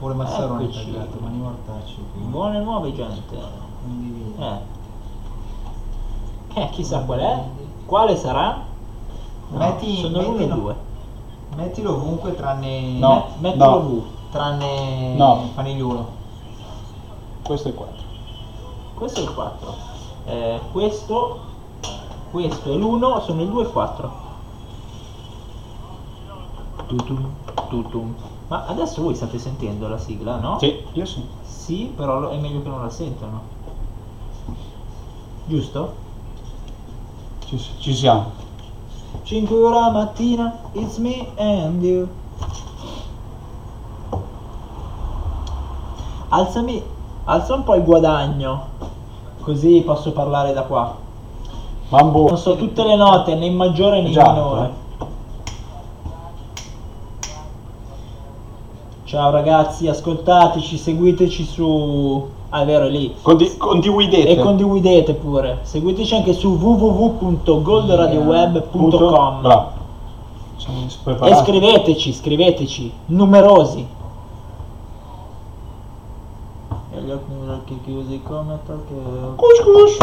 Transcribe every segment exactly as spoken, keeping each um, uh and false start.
Pure Massaroni Eccoci. tagliato, mani mortacci. Buone nuove gente. Condividi. Eh. Eh, chissà qual è. Quale sarà? No, Metti- sono l'uno e mettilo. due. Mettilo ovunque tranne... No. Me- mettilo no. V. Tranne No. Panigliulo. Questo è il quattro. Questo è il quattro. Eh, questo, questo è l'uno, sono il due e il quattro. Tutum, tutum. Ma adesso voi state sentendo la sigla, no? Sì, io sì. Sì, però lo- è meglio che non la sentano. Giusto? Ci, ci siamo. cinque ore la mattina, it's me and you. Alzami, alza un po' il guadagno, così posso parlare da qua. Mambo. Non so tutte le note, né in maggiore né in Esatto, minore. Ciao ragazzi, ascoltateci, seguiteci su... Ah, è vero, è lì. Condi- condividete. E condividete pure. Seguiteci anche su w w w punto gold radio web punto com. Bravo. Siamo E preparati. scriveteci, scriveteci, numerosi. E gli occhi, gli occhi chiusi come perché... Cuscus.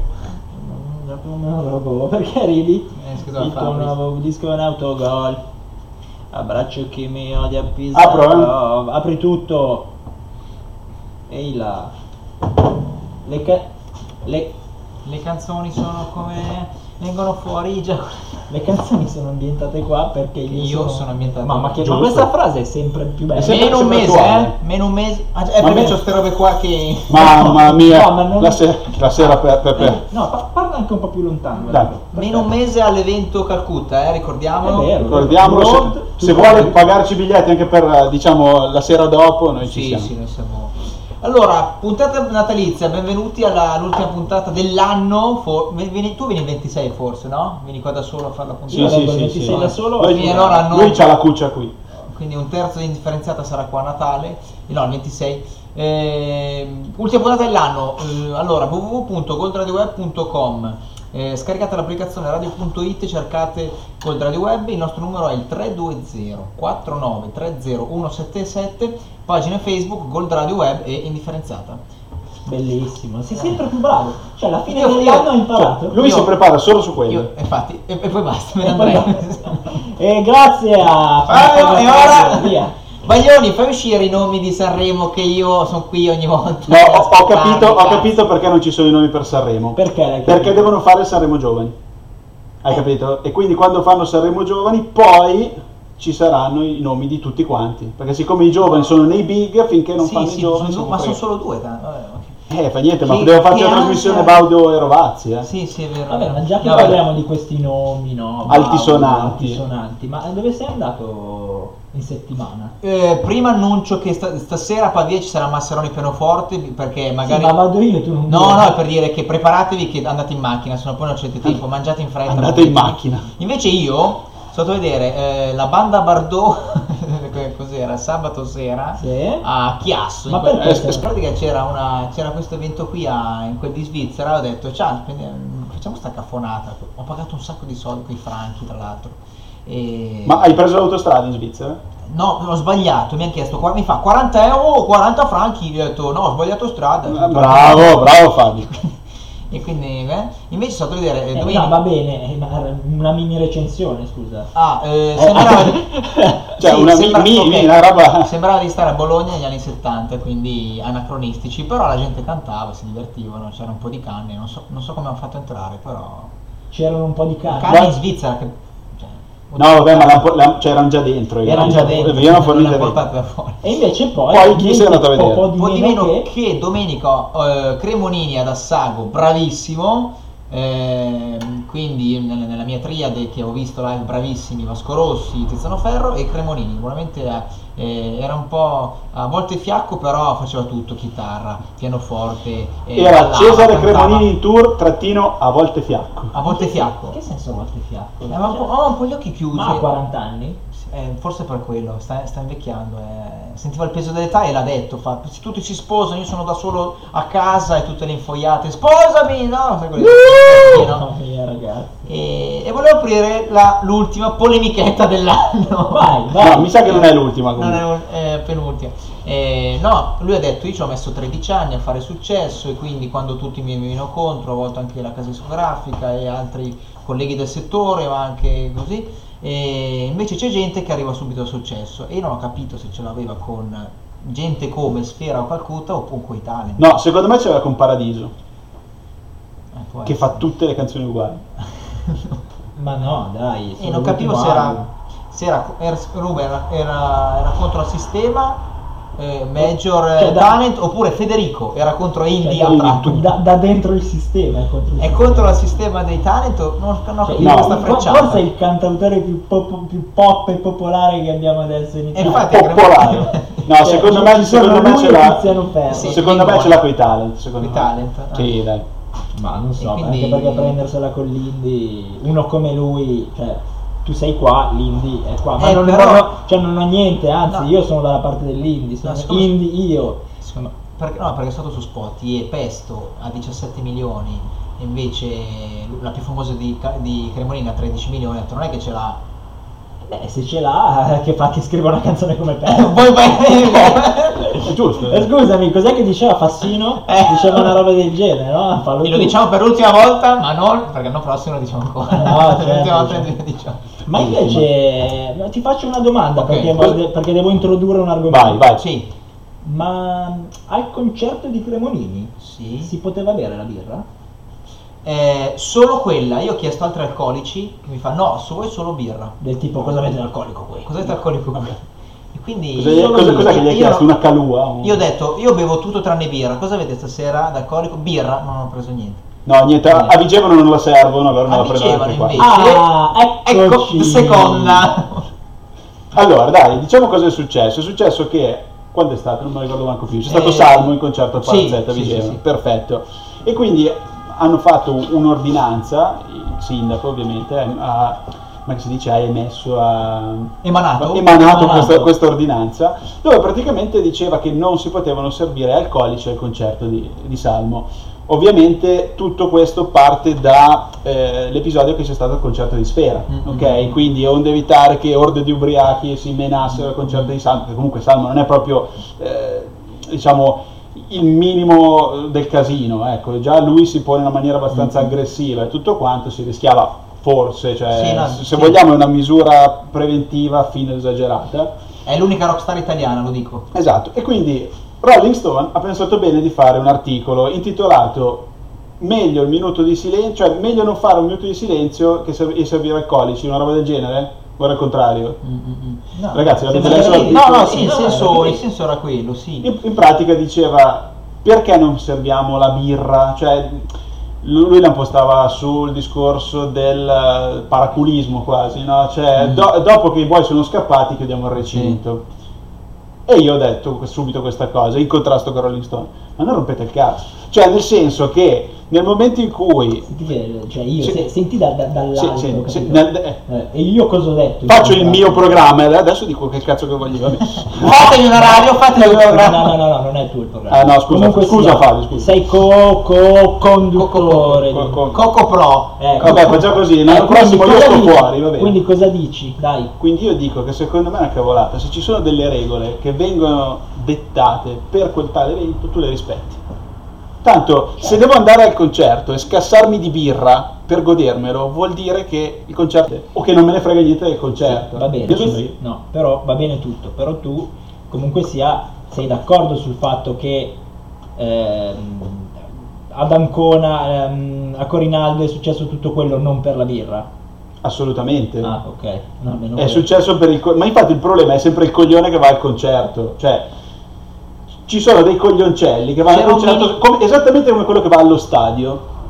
Perché ridi? Eh, scusa, Il tuo Fabri. nuovo disco è un autogol. Abbraccio chi mi odia a Pisa. Apro, Apri tutto. Ehi là. Le, ca- le, Le canzoni sono come... vengono fuori già... le canzoni sono ambientate qua perché io, Io sono ambientato Ma, ma, qua. che, ma Giusto. questa frase è sempre più bella. È sempre- Meno un mese, attuale. eh? Meno un mese. Ah, è Ma perché me- c'ho ste robe qua che... Mamma mia. No, ma non- la, se- la sera per, per, per. Eh, no, pa- parla anche un po' più lontano. Dai. ecco. Meno un mese all'evento Calcutta, eh? Ricordiamolo. È vero. Ricordiamolo, Road se, to se vuole Calcutta. pagarci i biglietti anche per eh, diciamo la sera dopo, noi ci Sì, siamo. sì, noi siamo... Allora, puntata natalizia, benvenuti alla- all'ultima puntata dell'anno. For- vieni- tu vieni il ventisei forse, no? Vieni qua da solo a fare la Sì, puntata. Io sì, vengo sì, il ventisei sì. da solo. Lui, Quindi allora no- lui c'ha la cuccia qui. Quindi un terzo di indifferenziata sarà qua a Natale, eh, no, il ventisei. Ehm, ultima puntata dell'anno. Eh, allora, w w w punto gold radio web punto com. Eh, scaricate l'applicazione radio punto it, cercate Gold Radio Web, il nostro numero è il tre due zero quattro nove tre zero uno sette sette, pagina Facebook Gold Radio Web e indifferenziata. Bellissimo, sei sempre più bravo. Cioè, alla fine Io- dell'anno io- hai imparato. Lui Io- si prepara solo su quello. Io, infatti, e, e poi basta, me ne E poi andrei. basta. E grazie a... Ah, e ora, Via. Baglioni, fai uscire i nomi di Sanremo che io sono qui ogni volta. No, ho, ho Aspettarmi, capito, ho cazzo. capito perché non ci sono i nomi per Sanremo. Perché l'hai Perché capito? devono fare il Sanremo Giovani. Hai capito? E quindi quando fanno Sanremo Giovani poi ci saranno i nomi di tutti quanti. Perché siccome i giovani sono nei big, finché non Sì, fanno sì, i giovani... sono- se ma ne sono frega. solo due. tanto, vabbè, ok. Eh, fa niente, ma Che- devo farci che la trasmissione ansia. Baudo e Rovazzi, eh. Sì, sì, è vero. Vabbè, ma già che No, vabbè. parliamo di questi nomi, no? Altisonanti. Altisonanti. Ma dove sei andato in settimana? Eh, prima annuncio che sta- stasera a Pavia ci sarà Massaroni pianoforte perché magari... Sì, ma vado io, tu non No, vuoi. no, è per dire che preparatevi che andate in macchina, sennò poi non c'è tempo, mangiate in fretta. Andate in muovetevi. macchina. Invece io, sono andato a vedere eh, la banda Bardot, cos'era, sabato sera, Sì? a Chiasso. Ma in quel- perché? in pratica c'era, una, c'era questo evento qui a- in quel di Svizzera, ho detto, ciao, spendi- facciamo sta caffonata, ho pagato un sacco di soldi con i franchi tra l'altro. E... Ma hai preso l'autostrada in Svizzera? No, ho sbagliato, mi hanno chiesto, qua- mi fa quaranta euro o quaranta franchi, io ho detto no, ho sbagliato strada. Ah, Bravo, bravo Fabio. E quindi, eh, invece sono stato a vedere, eh, Eh, domenica- no, va bene, eh, ma una mini recensione, scusa. Ah, eh, Eh, sembrava, cioè, sì, una mi- sembra- mi- ok, mi- una roba- sembrava di stare a Bologna negli anni settanta, quindi anacronistici, però la gente cantava, si divertivano, c'era un po' di canne, non so, non so come hanno fatto a entrare, però... C'erano un po' di carne. Canne in Svizzera, che... cioè, No, vabbè, ma l'han- l'han- c'erano già dentro. erano già dentro, Venivano non fornite le hanno dentro. portate da fuori. E invece poi... Poi chi sei andato a vedere? Un po' di Un po' di meno meno che... che domenica eh, Cremonini ad Assago, bravissimo. ehm, quindi nel- nella mia triade che ho visto live bravissimi Vasco Rossi, Tiziano Ferro e Cremonini, veramente eh, era un po' a volte fiacco, però faceva tutto, chitarra, pianoforte, eh, Era ballava, Cesare cantava. Cremonini in tour, trattino a volte fiacco. A volte fiacco. Che senso a volte fiacco? Eh, ma un po', oh, un po' gli occhi chiusi. Ma ha quaranta anni? Sì, Eh, forse per quello, sta, sta invecchiando, eh. Sentiva il peso dell'età e l'ha detto, fa, se tutti si sposano, io sono da solo a casa e tutte le infoiate, sposami, no? Sai quelle- sì, no? Mamma mia, ragazzi. E, e volevo aprire la- l'ultima polemichetta dell'anno. Vai, vai. No, mi sa che non è l'ultima Non comunque. è un- è penultima. Eh, no, lui ha detto io ci ho messo tredici anni a fare successo e quindi quando tutti mi venivano contro, a volte anche la casa discografica e altri colleghi del settore, ma anche così, e invece c'è gente che arriva subito al successo e io non ho capito se ce l'aveva con gente come Sfera o Calcutta o con quei talent. No, secondo me c'era con Paradiso, Eh, può che essere. fa tutte le canzoni uguali. Ma no, dai. E solo non capivo l'ultimo se album. era, se era, era, Ruben era, era, era contro il sistema, eh, Major eh, Cioè, da- Talent, oppure Federico era contro Indie Cioè, o da, Trap. da, da dentro il sistema è contro il È sistema. contro il sistema dei talent? o- Non, non ho Cioè, capito il- questa il- frecciata. forse è il cantautore più pop, più pop e popolare che abbiamo adesso in E Italia. infatti- Popolare. No, Cioè, secondo ci me, sono secondo me lui ce e l'ha. Tiziano Ferro. Sì. Secondo me ce Lingone. l'ha coi talent. Secondo Coi me. talent, ah. Sì, dai. Ma non so, E quindi- anche perché prendersela con l'indie, uno come lui, cioè tu sei qua, l'indie è qua, ma Eh, non, però- non ho, cioè non ho niente, anzi No. io sono dalla parte dell'indie, sono No, siccome- indie io. Secondo- perché, no, perché è stato su Spotify e Pesto ha diciassette milioni e invece la più famosa di, Ca- di Cremonini ha tredici milioni, ha detto non è che ce l'ha. Beh, se ce l'ha, che fa che scriva una canzone come te. Poi vai. È giusto. Eh, scusami, cos'è che diceva Fassino? Eh. Diceva una roba del genere, no? Fallo E lo tu. diciamo per l'ultima volta, ma non perché l'anno prossimo lo diciamo ancora. No, certo, l'ultima volta certo. lo diciamo. Ma invece ti faccio una domanda Ok. perché, voglio- perché devo introdurre un argomento. Vai, vai. Sì. Ma al concerto di Cremonini Sì. si poteva bere la birra? Eh, solo quella, io ho chiesto altri alcolici che mi fa no, su voi solo birra. Del tipo, cosa avete d'alcolico qui? Cos'è alcolico qui? E quindi Cosa, solo cosa, birra. cos'è che gli hai Io chiesto? no- Una calua? Un- Io ho detto, io bevo tutto tranne birra, cosa avete stasera d'alcolico? Birra, non ho preso niente. No, niente, a a Vigevano non la servono, allora me la A prendo Vigevano anche qua. invece. Ah, eccoci. Ecco, seconda. Allora, dai, diciamo cosa è successo. È successo che, quando è stato? Non mi ricordo manco più. C'è stato Eh, Salmo in concerto al sì, Palazzetto a sì, Vigevano, sì, sì. perfetto. E quindi hanno fatto un'ordinanza, il sindaco ovviamente, ha, come si dice, ha emesso, ha Emanato. ha emanato Emanato. questa, questa ordinanza, dove praticamente diceva che non si potevano servire alcolici al concerto di, di Salmo. Ovviamente tutto questo parte dall'episodio che c'è stato al concerto di Sfera, Mm-hmm. ok? Quindi onde evitare che orde di ubriachi si menassero al concerto di Salmo, che comunque Salmo non è proprio, eh, diciamo, il minimo del casino, ecco, già lui si pone in una maniera abbastanza aggressiva e tutto quanto, si rischiava forse, cioè, Sì, no, se sì. vogliamo è una misura preventiva fino esagerata. È l'unica rockstar italiana, lo dico. Esatto, e quindi Rolling Stone ha pensato bene di fare un articolo intitolato meglio il minuto di silenzio, cioè meglio non fare un minuto di silenzio che serv- e servire alcolici, una roba del genere? O al contrario? Mm-mm. No, Ragazzi, l'avete sembra letto che- l'articolo? No, no, sì, il, no, senso, no, il senso era quello, sì. In, in pratica diceva perché non serviamo la birra, cioè lui, lui la impostava sul discorso del eh, paraculismo quasi, no? Cioè Mm. do- dopo che i buoi sono scappati chiudiamo il recinto. E io ho detto subito questa cosa, in contrasto con Rolling Stone, ma non rompete il cazzo, cioè nel senso che nel momento in cui Senti, che- cioè io, Sì. se- senti da, da- dall'alto, Sì, sì, sì, capito? nel- eh. Eh, e io cosa ho detto? faccio il mio programma e adesso dico che cazzo che voglio, vabbè. Fategli una radio, fategli un No, programma. no, no, no, non è tu il programma. Ah, no, scusa, Comunque scusa, sia, Fabio, scusa. Sei co-conduttore. Co- co- co- Coco Pro. Ecco. Vabbè, facciamo così, l'anno Eh, quindi prossimo io cosa sto dici? fuori, va bene. Quindi cosa dici? Dai. Quindi io dico che secondo me è una cavolata, se ci sono delle regole che vengono dettate per quel tale evento, tu le rispetti. Tanto, se devo andare al concerto e scassarmi di birra per godermelo, vuol dire che il concerto, o che non me ne frega niente del concerto. Va bene, Io sono questo- io. no, però va bene tutto, però tu comunque sia sei d'accordo sul fatto che ehm, ad Ancona, ehm, a Corinaldo è successo tutto quello non per la birra? Assolutamente. Ah, ok. No, almeno È quello. successo per il co- ma infatti il problema è sempre il coglione che va al concerto, cioè ci sono dei coglioncelli che vanno C'era al un concerto mini- come- esattamente come quello che va allo stadio,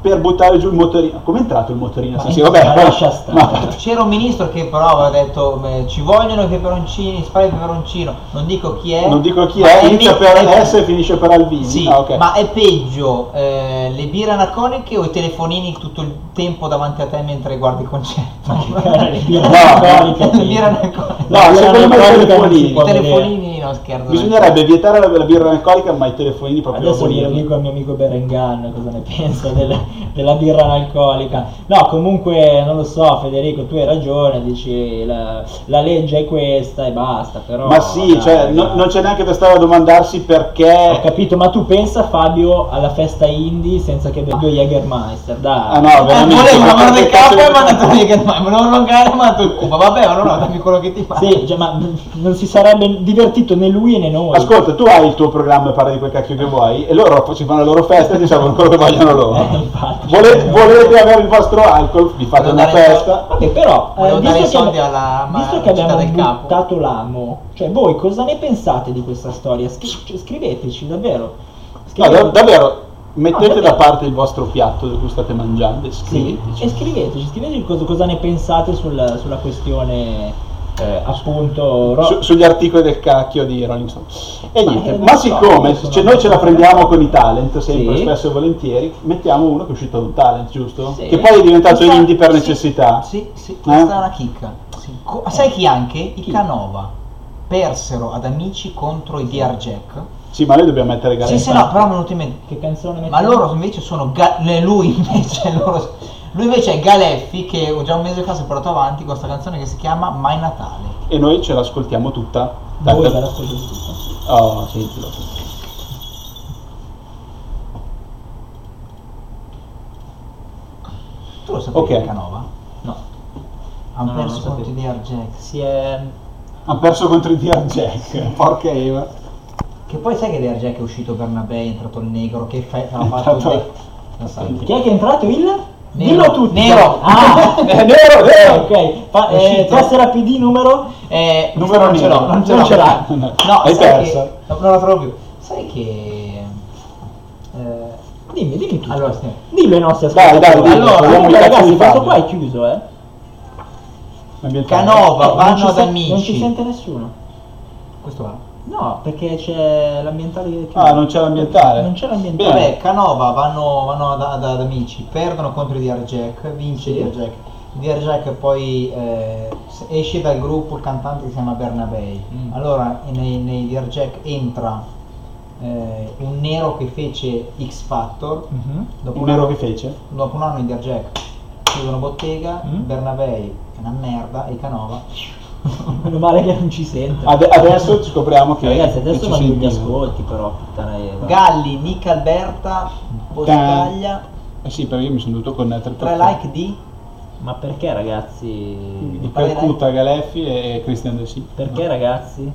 per buttare giù il motorino. Come è entrato il motorino? Ma Sì, sì, vabbè, ma poi- lascia stare. ma- C'era un ministro che però aveva detto eh, ci vogliono i peperoncini, spray peperoncino, non dico chi è. non dico chi ma è, inizia me- per è- S e finisce per Alvini. Sì, Ah, ok. ma è peggio eh, le birre anaconiche o i telefonini tutto il tempo davanti a te mentre guardi il concerto? Ma che cara, le birre No, alcoliche, le sì. birre anaconiche. No, La birra secondo me i alcolica non si telefonini. può I vedere. telefonini, no scherzo. Bisognerebbe vietare la, la birra alcolica, ma i telefonini proprio Adesso glielo abolirli. dico al mio amico Berengan cosa ne pensa del- della birra analcolica. No, comunque non lo so, Federico, tu hai ragione, dici la, la legge è questa e basta, però... Ma sì, dai, cioè, dai. no- non c'è neanche per stare a domandarsi Ho perché. capito, ma tu pensa Fabio alla festa indie senza che bevi due Jägermeister, dai. Ah no, Eh, veramente. volevo la mano del che cazzo capo e di- mi ha mandato lì che ma volevano allungare e mi ha mandato il cubo. Vabbè, allora dammi quello che ti fa. Sì, cioè, ma non si sarebbe divertito né lui né noi. Ascolta, tu hai il tuo programma e parli di quel cacchio che vuoi, e loro ci fanno le loro feste e ti servono quello che vogliono loro. Eh, infatti. Volete, volete avere il vostro alcol? Vi fate Volevo una dare- festa. Vabbè, però, eh, Volevo dare i visto, soldi che, alla ma- visto che città abbiamo del capo. buttato l'amo, cioè voi cosa ne pensate di questa storia? Scri- cioè, scriveteci, davvero. No, Scrivete- da- davvero, mettete davvero. da parte il vostro piatto di cui state mangiando e Sì, scriveteci. e scriveteci, scriveteci cosa, cosa ne pensate sul- sulla questione, eh, appunto, ro- Su- sugli articoli del cacchio di Rolling Stone. E Ma, niente, eh, ma non so, siccome io sono cioè, noi ce la abbastanza- prendiamo con i talent, sempre Sì. spesso e volentieri, mettiamo uno che è uscito da un talent, giusto? Sì. Che poi è diventato Questa- indie per sì, necessità. Sì, sì, questa Eh? è una chicca. Sì. Co- sai chi anche? I Chi? Canova persero ad Amici contro i D R Jack. Sì, ma noi dobbiamo mettere Sì, Galetta. sì, no, però mi è venuto in mente. che canzone Ma mettiamo? loro invece sono ga- eh, lui invece loro- lui invece è Galeffi che già un mese fa si è portato avanti con questa canzone che si chiama Mai Natale. E noi ce l'ascoltiamo tutta. Voi Tanto- ve l'ascoltate tutta. Oh, sentilo. Tu lo sapevi Ok. il Canova? No, Hanno No, no, perso non contro i D R Jack. si è... Ha perso contro i D R Jack. Porca Eva. Che poi sai che D R Jack è uscito Bernabé, è entrato il negro, che fa- ha fatto entrato- de- lo sai. Chi è che è entrato il? Nero. Dillo tutti. Nero. Ah, Eh, nero, nero. ok. Fa, È eh, uscito. tessera P D numero? Eh, Numero non ce l'ho, nero. non ce Non l'ho. ce l'ha. No, Hai sai perso. che no, non la trovo più. Sai che eh, Dimmi, dimmi tu. allora stiamo- Dillo ai nostri Dai, dai, ascoltatori. dai, allora, vogliamo comunque, i cazzi ragazzi, di questo Fabio. qua è chiuso, eh. Ambientale. Canova, Eh, non vanno ci ad sen- Amici. Non ci sente nessuno. Questo va. No, perché c'è l'ambientale che Ah, non c'è l'ambientale? Non c'è l'ambientale. Bene. Vabbè, Canova vanno, vanno ad, ad- ad Amici, perdono contro i D R Jack, vince Sì. i D R Jack. I D R Jack poi eh, s- esce dal gruppo il cantante che si chiama Bernabé. Mm. Allora nei, nei D R Jack entra eh, un nero che fece X Factor. Mhm. Dopo Un nero che fece? Dopo un anno i D R Jack chiudono bottega, Mm. Bernabé è una merda e i Canova. Meno male che non ci sente. Ade- adesso scopriamo che. Ragazzi, che adesso ci vanno gli sentiamo. ascolti, però, puttana Eva. Galli, Nick Alberta, Boscaglia, Eh sì, perché io mi sono dovuto connettere. tre like di Ma perché, ragazzi? Di Calcutta, Galeffi e Christian De Sì. Perché, ragazzi?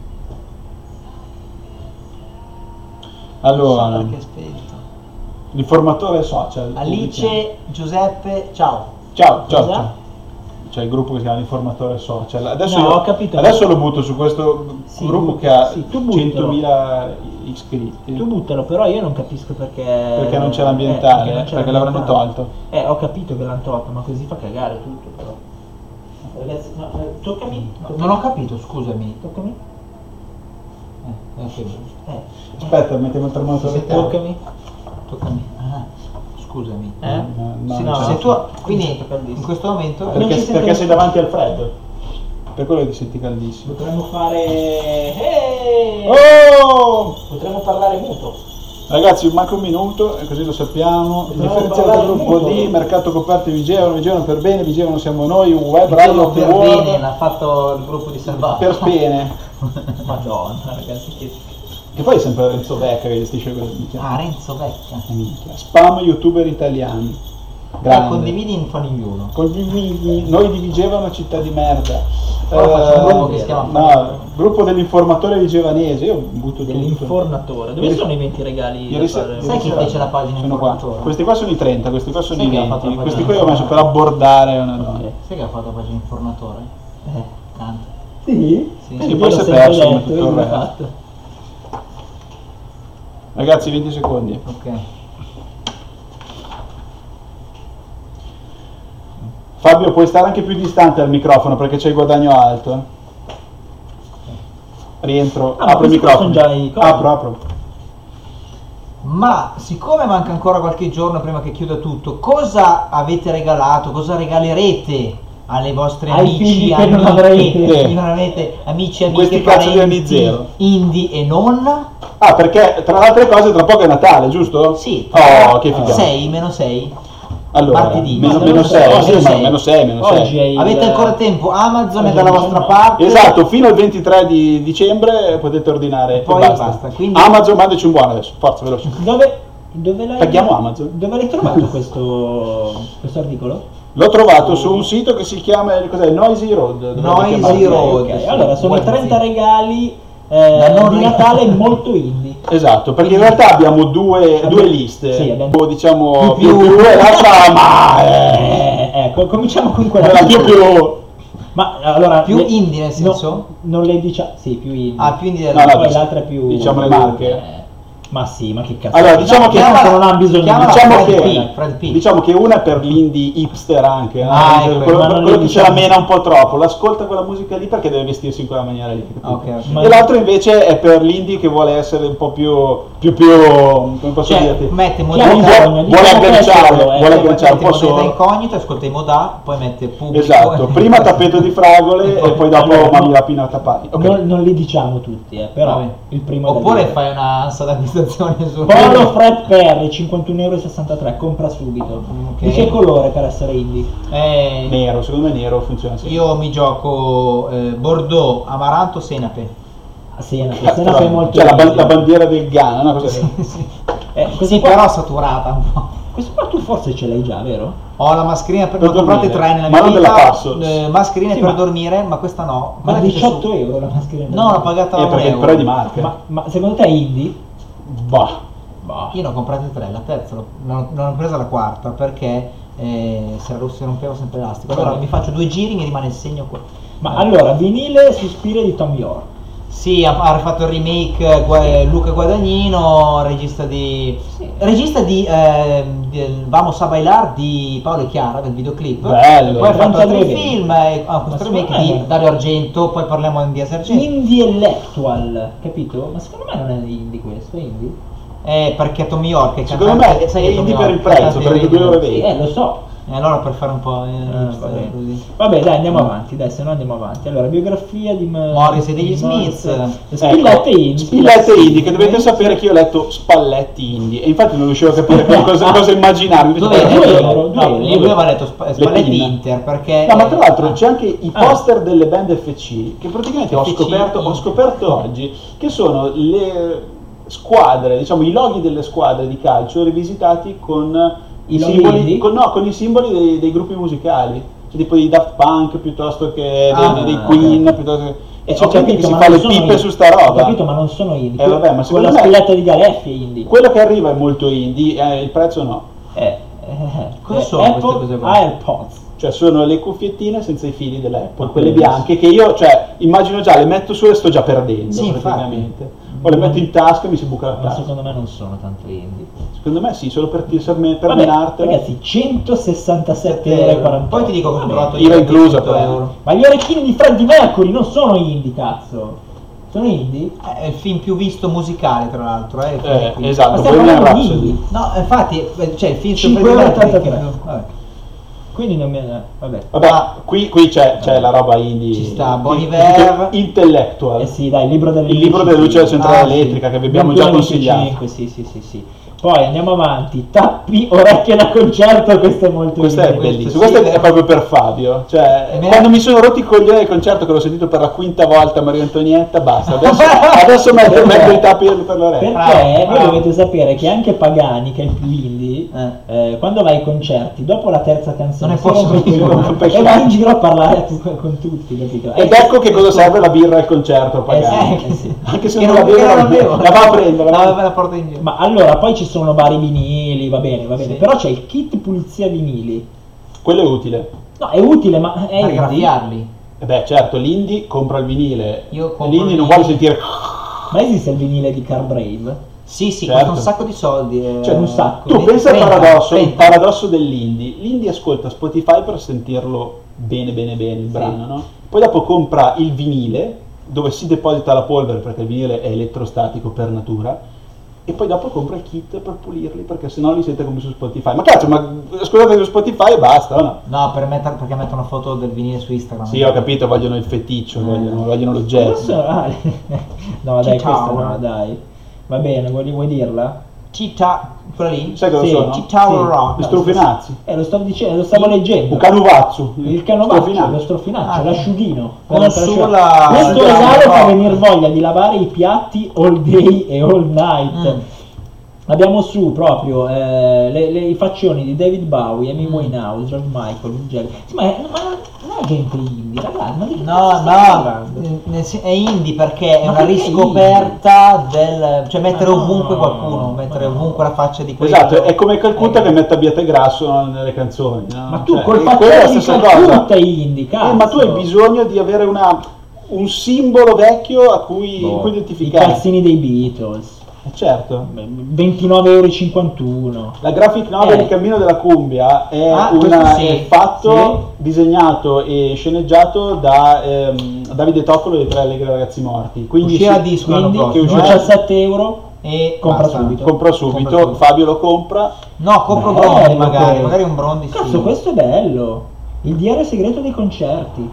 Allora, perché è spento. l'informatore social. Alice, Giuseppe, ciao. Ciao, ciao, Cosa? ciao. C'è il gruppo che si chiama l'informatore social. Adesso, No, io- ho capito. adesso lo butto su questo Sì, gruppo bu- che ha sì, tu buttalo. centomila iscritti. Tu buttalo, però io non capisco perché... Perché non c'è eh, l'ambientale, non c'è perché l'avranno l'ambientale. tolto. Eh, ho capito che l'hanno tolto, ma così fa cagare tutto, però. Ragazzi, no, eh, toccami. toccami. Non ho capito, scusami. Toccami. Eh, ok, Eh, Aspetta, mettiamo il termometro Sì, del tempo. toccami. toccami. Ah, scusami. Eh? No, no, Sì, non no, c'è. Se tu, quindi Sento caldissimo. in questo momento Non Perché, ci sente perché sei nessuno. davanti al freddo. Per quello che ti senti caldissimo. Potremmo fare... Eeeh! Oh! Potremmo parlare muto. Ragazzi, manca un minuto e così lo sappiamo. Dobbiamo Differenziato parlare gruppo molto. di mercato coperto di Vigevano, Vigevano per bene, Vigevano siamo noi, web il radio giorno the per world, bene l'ha fatto il gruppo di Salvato. per spene. Madonna, ragazzi, che... Che poi è sempre Renzo Becca che gestisce questo. minchia. Ah, Renzo Vecchia. Eh, minchia. Spam youtuber italiani. Dai, Grande. condividi in Fanignuno. Condividi, noi di Vigevano città di merda. Ora facciamo un gruppo Eh, che si chiama no, Fanignuno. gruppo dell'informatore vigevanese, io butto tutto. Dell'infornatore. Dove Ieri- sono i venti regali ieri da sera- fare? Sai ieri chi sera fece la pagina sono qua. informatore? Questi qua sono i trenta, questi qua sono Sai i chi ha fatto venti. la Questi pagina qua io ho messo per abbordare una donna. Ok. Sai che ha fatto la pagina informatore? Eh. Canta. Sì? Sì. Sì, Io poi l'ho si è sempre perso come detto, tutto io il l'ho resto. fatto. Ragazzi, venti secondi. Ok. Fabio, puoi stare anche più distante dal microfono perché c'è il guadagno alto. eh. Rientro, Ah, ma apro il questi qua microfono. sono già i cosi. Apro, apro. Ma siccome manca ancora qualche giorno prima che chiuda tutto, cosa avete regalato, cosa regalerete alle vostre Ai amici, figli che non amiche, avrete. che non avete, amici, amiche, Questi cazzo di anni parenti, zero. indie e non? Ah, perché tra le altre cose tra poco è Natale, giusto? Sì. Oh, che figata. sei, meno sei. Allora, martedì. meno, Ma meno non so, sei, oggi sì, ma sei. meno sei, meno Oggi sei. è il- Avete ancora tempo, Amazon è oggi dalla è vostra diciannove. parte. Esatto, fino al ventitré di dicembre potete ordinare. Poi basta. basta, quindi- Amazon, mandaci un buono adesso, forza, veloce. Dove, dove l'hai Paghiamo Amazon. Dove l'hai trovato questo, questo articolo? L'ho trovato su un sito che si chiama, cos'è, Noisy Road. dovrebbe Noisy chiamarsi. Road. Ok, sì. allora sono Buon trenta zio. regali Da eh, non di regali. Natale molto indie. Esatto, perché in realtà abbiamo due, Abbiamo- due liste, sì, abbiamo- o diciamo più- più più, e l'altra ma Eh, ecco, cominciamo con quella quella più più. Ma allora Più le- indie nel no, senso? non le diciamo, sì, più indie. Ah, più indie No, della- no, Poi dic- l'altra è più diciamo le più- marche. eh, ma sì, ma che cazzo. Allora, diciamo che- tanto non ha bisogno chiamala di Diciamo Fred che, P, Fred P. diciamo che una è per l'indie hipster anche, no? Ah, quello, ecco, quello- ma non quello le che ce diciamo. la mena un po' troppo, l'ascolta quella musica lì perché deve vestirsi in quella maniera lì. capito? Ok, ok. Ma- E l'altro invece è per l'indie che vuole essere un po' più, più, più come posso Cioè, dirti? mette Chi ha modalità, bisogno? vuole Diciamo che è agganciare, solo, eh, vuole mette agganciare un po' modalità solo. incognito, ascolta i modà, poi mette pubblico. Esatto, prima tappeto di fragole e poi dopo Allora, mammi no. la pinata pari. Ok. Non, non li diciamo tutti, eh, però Vabbè. il primo da Oppure dire. fai una ansa d'acquistazione su Polo Fred Perry cinquantuno euro e sessantatré, compra subito. Ok. Di che colore per essere indie? Eh, Nero, secondo me nero funziona sempre. io mi gioco eh, Bordeaux, Amaranto, Senape. A Siena, Cazzo, Siena fai molto cioè la, ba- indie. la bandiera del Ghana, una cosa Sì, così. sì. Eh, questo Sì, qua, però saturata un po'. questo qua tu forse ce l'hai già, vero? Ho la mascherina per, Per ne ho comprate dormire. tre nella Ma mia non vita. della Passo. eh, mascherine Sì, per ma- dormire, ma questa no. Ma Quella che c'è su- diciotto euro la mascherina. No, l'ho pagata Eh, un perché euro. però è di marca. Ma, ma secondo te è indie? Bah. Bah. Io ne ho comprate tre, la terza l'ho- non, non ho presa la quarta perché eh, se, la- si rompeva sempre l'elastico. Allora mi faccio due giri, mi rimane il segno qua. Ma allora, vinile Suspire di Tom York. Sì, ha, ha fatto il remake eh, Gua- Luca Guadagnino, regista di Sì. regista di eh, del Vamos a Bailar di Paolo e Chiara, del videoclip. Bello. Poi ha fatto altri trentadue film, e ha questo Ma remake secondo me di no. Dario Argento, poi parliamo di Dias Argento. Indie Electual, capito? Ma secondo me non è indie questo, è indie? Eh, perché Tommy York è Secondo cantante, me sai è che Tommy indie per York il prezzo, cantante trentadue di- euro e Sì, venti. eh, lo so. E allora per fare un po' eh, Ah, hipster, va bene. così. Vabbè, dai, andiamo avanti, dai, se no andiamo avanti. Allora, biografia di M- Morris e degli di Smiths. Morris. Ecco, Spillette indie. Spillette indie, che dovete sapere che io ho letto Spalletti indie e infatti non riuscivo a capire co- cosa, cosa immaginarmi. Dove Invece- due è? euro, due No, euro. io lui aveva letto Sp- Spalletti pinne. Inter perché No, ma tra l'altro eh, c'è anche i Ah. poster delle band F C che praticamente ho F C, scoperto, ho Inter. scoperto oggi che sono le squadre, diciamo i loghi delle squadre di calcio rivisitati con I i loghi simboli, indie? con, no, con i simboli dei, dei gruppi musicali, cioè tipo i Daft Punk piuttosto che dei, Ah, dei ok. Queen, piuttosto che, e c'è Ho gente che capito, si ma fa non le sono pippe indie. su sta Ho roba. capito, ma non sono indie. Eh, vabbè, ma secondo quella me- spilletta di Galeffi è indie. Quello che arriva è molto indie, eh, il prezzo no. Eh, eh, Cosa eh, sono Apple queste cose qua? AirPods. Cioè sono le cuffiettine senza i fili dell'Apple, Ma quelle quello bianche che io, cioè, immagino già, le metto su e sto già perdendo Sì, praticamente. Poi le metto in tasca e mi si buca la Ma tasca. secondo me non sono tanto indie. Secondo me sì, solo per, per, me- per Vabbè, menartela. ragazzi, centosessantasette euro e quarantotto. Poi ti dico cosa ho Vabbè. trovato I V A io, inclusa, cento però. euro. Ma gli orecchini di Freddie Mercury non sono indie, cazzo. Sono indie? È il film più visto musicale, tra l'altro, eh, il film Eh, qui. esatto, Ma stiamo Bohemian parlando di Rhapsody. indie. No, infatti, eh, cioè il film su cinque Freddie euro e Mercury, ottantatré. vabbè. Quindi non mi... eh, Vabbè. Vabbè, Ma- qui, qui c'è, c'è la roba indie. Ci sta, Bon che- Iver. Intellectual. Eh sì, dai, il libro delle Il libro delle luci della centrale Ah, sì. elettrica che vi abbiamo già ventitré consigliato. venticinque, sì, sì, sì, sì. Poi andiamo avanti. Tappi, orecchie da concerto, questo è molto Questo è indie. bellissimo, sì, questo è vero. proprio per Fabio. Cioè, E me- quando mi sono rotti i coglioni del concerto che l'ho sentito per la quinta volta Maria Antonietta, basta. Adesso, adesso metto, Perché? metto i tappi per l'orecchio. Perché Bravo, voi bravo. dovete sapere che anche Pagani, che è il più indie, eh, quando vai ai concerti, dopo la terza canzone, Non si ne posso rompe il più. coglione e vai in giro a parlare con, con tutti, capito? Ed Eh, ecco che cosa serve la birra al concerto, Pagani. Eh sì, eh sì. Anche se Che non non, la che bevo, non avevo. la va a prendere. No, la- me la porto in giro. Ma allora, poi ci sono vari vinili, va bene, va bene, Sì. però c'è il kit pulizia vinili. Quello è utile. No, è utile, ma è Per indie. graffiarli. E beh, certo, l'indie compra il vinile. Io compro L'indie il non vinile. vuole sentire. Ma esiste il vinile di Car Brave? Sì, sì, Certo. costa un sacco di soldi. eh, Cioè, un sacco. Tu pensa al trenta, paradosso, il trenta. paradosso dell'indie. L'indie ascolta Spotify per sentirlo bene bene bene il brano, no? Poi dopo compra il vinile, dove si deposita la polvere perché il vinile è elettrostatico per natura, e poi dopo compra il kit per pulirli perché sennò li sente come su Spotify. Ma cazzo, ma ascoltate su Spotify e basta, o no? No, per mettere, perché mettono foto del vinile su Instagram. Sì, ho capito, vogliono il feticcio, Eh. vogliono, vogliono l'oggetto. Personale. No, dai, T-Tower. questa no, dai. Va bene, vuoi, vuoi dirla? Città, quella lì? Sai cosa Sì, sono? T-Tower Rock. Gli strofinazzi. Eh, lo stavo dicendo, lo stavo leggendo. Un canuvazzo. Il canovaccio, Strofinazzi. lo strofinaccio, Ah, l'asciughino. con Per- per su asciugare. la- Questo la- regalo fa no. venire voglia di lavare i piatti all day e all night. Mm. Abbiamo su proprio eh, le, le- i faccioni di David Bowie, Amy Mm. Winehouse, George Michael, Mick Jagger. Sì, ma, ma non non è gente indie, ragazzi, ma di che No, cazzo stiamo no, parlando? nel sen- è indie perché è Ma una perché riscoperta del... cioè mettere Ma no, ovunque qualcuno, mettere ma no. ovunque la faccia di quello. Esatto, è come Calcutta Eh. che mette Abbiate Grasso nelle canzoni. No? Ma tu Cioè, col è quella faccione la di stessa Calcutta cosa. è indie, cazzo. Eh, ma tu hai bisogno di avere una, un simbolo vecchio a cui, Boh, in cui i identificare. calzini dei Beatles. Eh, certo. ventinove e cinquantuno euro. La graphic novel Eh. Il cammino della cumbia è, Ah, una- questo sì, è fatto, disegnato e sceneggiato da ehm, Davide Toffolo dei Tre Allegri Ragazzi Morti. Quindi Uscirà si- a disco l'anno Quindi prossimo, che eh? diciassette euro. E compra basta. subito. compra subito, Compra subito. Fabio lo compra. No, compro Bello, Brondi magari, quello. magari un Brondi sì. Cazzo, questo è bello. Il diario segreto dei concerti.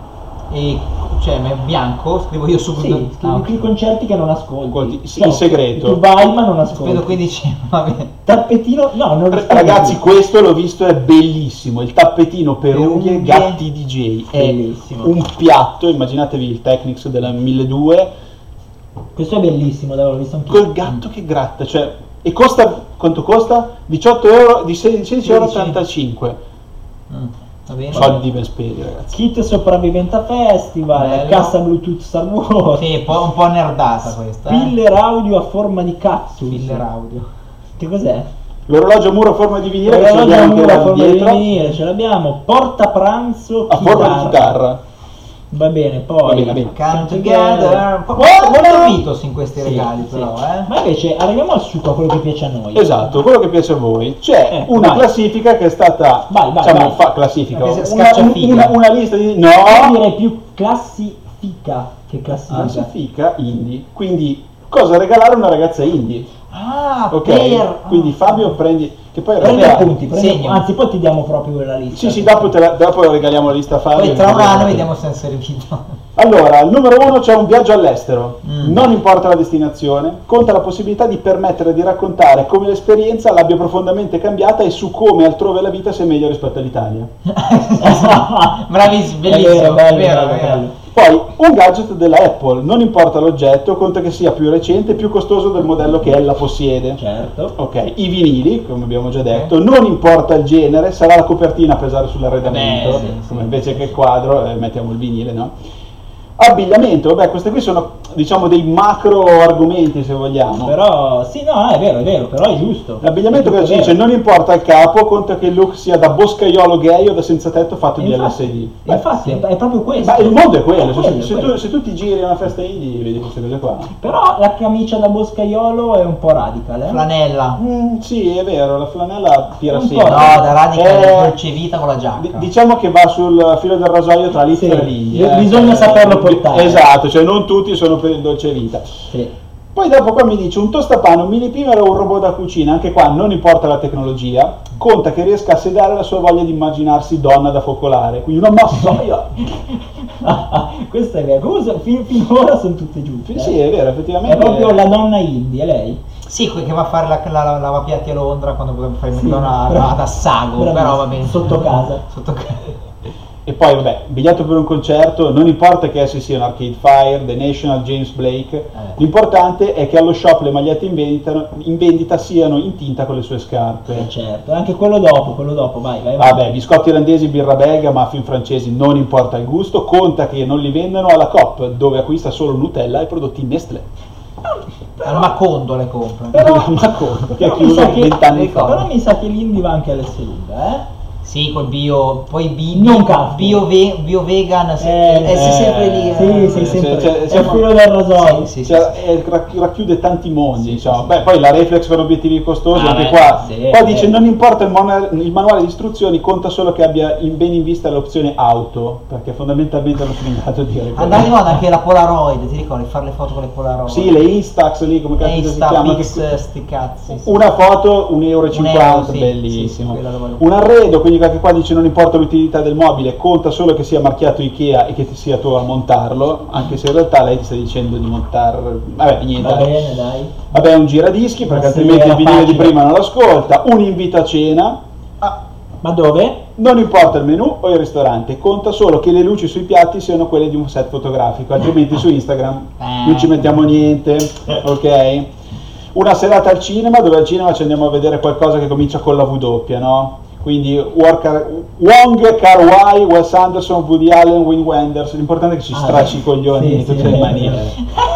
E cioè, ma è bianco, scrivo io subito. Sì, scrivi Ah, qui i concerti che non ascolti. Ascolti, sì, Cioè, in segreto. Tu vai ma non ascolti. Spendo quindici, va bene. Tappetino, no, non lo R- spendi Ragazzi, più. questo l'ho visto, è bellissimo. Il tappetino per Per unghie unghie. Gatti D J. È Bellissimo. un piatto, immaginatevi il Technics della milleduecento Questo è bellissimo, dai, l'ho visto anch'io. col gatto che gratta, cioè, e costa, quanto costa? diciotto euro, di sedici euro ottantacinque. Mm, va bene. Soldi ben spesi, ragazzi. Kit sopravviventa festival, Bello. cassa Bluetooth Star Wars, Sì, un po', un po' nerdata questa. eh. spiller audio a forma di cactus. Spiller audio. Che cos'è? L'orologio a muro a forma di vinile che ce Orologio a l'abbiamo anche muro a là forma di dietro, vinile, ce l'abbiamo. Porta pranzo a forma di chitarra. Va bene, poi Va bene, va bene. Come together. Un po' Guarda! molto Beatles in questi Sì, regali sì. però, eh. Ma invece arriviamo al succo, a quello che piace a noi. Esatto, quello che piace a voi. C'è Eh, una vai. classifica che è stata, Vai, vai, diciamo, vai. fa classifica, Perché se una, scaccia un- figa. una, una lista di... No! Io direi più classifica che classifica. Classifica indie. Quindi, cosa regalare a una ragazza indie? Ah, Ok, per... quindi Fabio prendi... Che poi in Prendi realtà- appunti, prendi segno. anzi poi ti diamo proprio la lista. Sì, sì, dopo, te la- dopo regaliamo la lista a Fabio. Poi tra un anno vediamo se è servito. Allora, al numero uno c'è un viaggio all'estero, Mm. non importa la destinazione, conta la possibilità di permettere di raccontare come l'esperienza l'abbia profondamente cambiata e su come altrove la vita sia meglio rispetto all'Italia. Bravissimo, È bellissimo. vero, bello, vero, bello, vero. bello. Poi, un gadget della Apple, non importa l'oggetto, conta che sia più recente e più costoso del modello che ella possiede. Certo. Ok, i vinili, come abbiamo già detto, non importa il genere, sarà la copertina a pesare sull'arredamento, Beh, sì, sì, come invece sì, che il sì. quadro, eh, mettiamo il vinile, no? Abbigliamento, vabbè, questi qui sono, diciamo, dei macro argomenti, se vogliamo. Però sì, no, è vero, è vero, però è giusto. L'abbigliamento È che tutto ci dice vero. non importa il capo, conta che il look sia da boscaiolo gay o da senza tetto fatto di Infatti- L S D. Infatti, è, è proprio questo. Ma il mondo è quello, È se- quello, se, è quello. tu, se tu ti giri a una festa indie vedi queste cose qua. Però la camicia da boscaiolo è un po' radical, eh? Flanella. Mm, sì, è vero, la flanella tira Un sempre. po', No, da radical Eh, dolce vita con la giacca. Di- diciamo che va sul filo del rasoio tra l'Izia Sì, e l'India. bi- bisogna saperlo portare. Esatto, cioè non tutti sono per il dolce vita. Sì. Poi dopo qua mi dice un tostapane, un mini primer o un robot da cucina, anche qua non importa la tecnologia, conta che riesca a sedare la sua voglia di immaginarsi donna da focolare, quindi una massaia. Questo è vero. Comunque fin- finora sono tutte giuste. Sì, eh. sì, è vero, effettivamente. È proprio la donna indie, è lei. Sì, que- che va a fare la, la, la lavapiatti a Londra quando poteva fare il Sì, McDonald's bra- ad Assago, bravissimo. però va bene. Sotto casa. Sotto casa. E poi vabbè, biglietto per un concerto, non importa che essi siano Arcade Fire, The National, James Blake, l'importante è che allo shop le magliette in vendita, in vendita siano in tinta con le sue scarpe. Eh, certo, anche quello dopo, quello dopo, vai, vai, vai. Vabbè, biscotti irlandesi, birra belga, muffin francesi, non importa il gusto, conta che non li vendano alla Coop, dove acquista solo Nutella e prodotti Nestlé. Al Macondo le compra. Però- Ma come? Che ha Però mi, chiuso sa che, vent'anni fa. però mi sa che l'indie va anche all'S lunga, eh? Sì, col bio, poi bi, Non bio, cazzo. bio, ve, bio vegan, se, Eh, eh, sei eh, sempre lì. Sì, eh. sì, sì, sempre. cioè, È il siamo- filo del rasoio. Sì, sì, Cioè, sì. è- rac- racchiude tanti mondi, Sì, diciamo. sì, Beh, sì. poi la reflex con obiettivi costosi, Ah, anche beh, qua. sì, Qua eh. dice non importa il, mona- il manuale di istruzioni, conta solo che abbia in bene in vista l'opzione auto, perché fondamentalmente non sono in grado di dire quello. Andava di moda anche la Polaroid, ti ricordi? Fare le foto con le Polaroid. Sì, le Instax lì, come cazzo si chiama? Instapix, che- sti cazzi. sì. Una foto, un euro e Un cinquanta, euro, sì, bellissimo. sì, sì, quella lo voglio. Un arredo, quindi anche qua dice non importa l'utilità del mobile, conta solo che sia marchiato Ikea e che ti sia tu a montarlo, anche se in realtà lei ti sta dicendo di montare. Vabbè, niente. Va bene, dai. Vabbè, un giradischi, perché Ma sì, altrimenti era il vinile di facile. prima non l'ascolta, un invito a cena. Ah, Ma dove? non importa il menù o il ristorante, conta solo che le luci sui piatti siano quelle di un set fotografico, altrimenti su Instagram non ci mettiamo niente, ok? Una serata al cinema, dove al cinema ci andiamo a vedere qualcosa che comincia con la W, no? Quindi Walker- Wong, Kar Wai, Wes Anderson, Woody Allen, Wim Wenders, l'importante è che ci Ah, stracci i coglioni sì, in tutte sì, le è maniere. vero.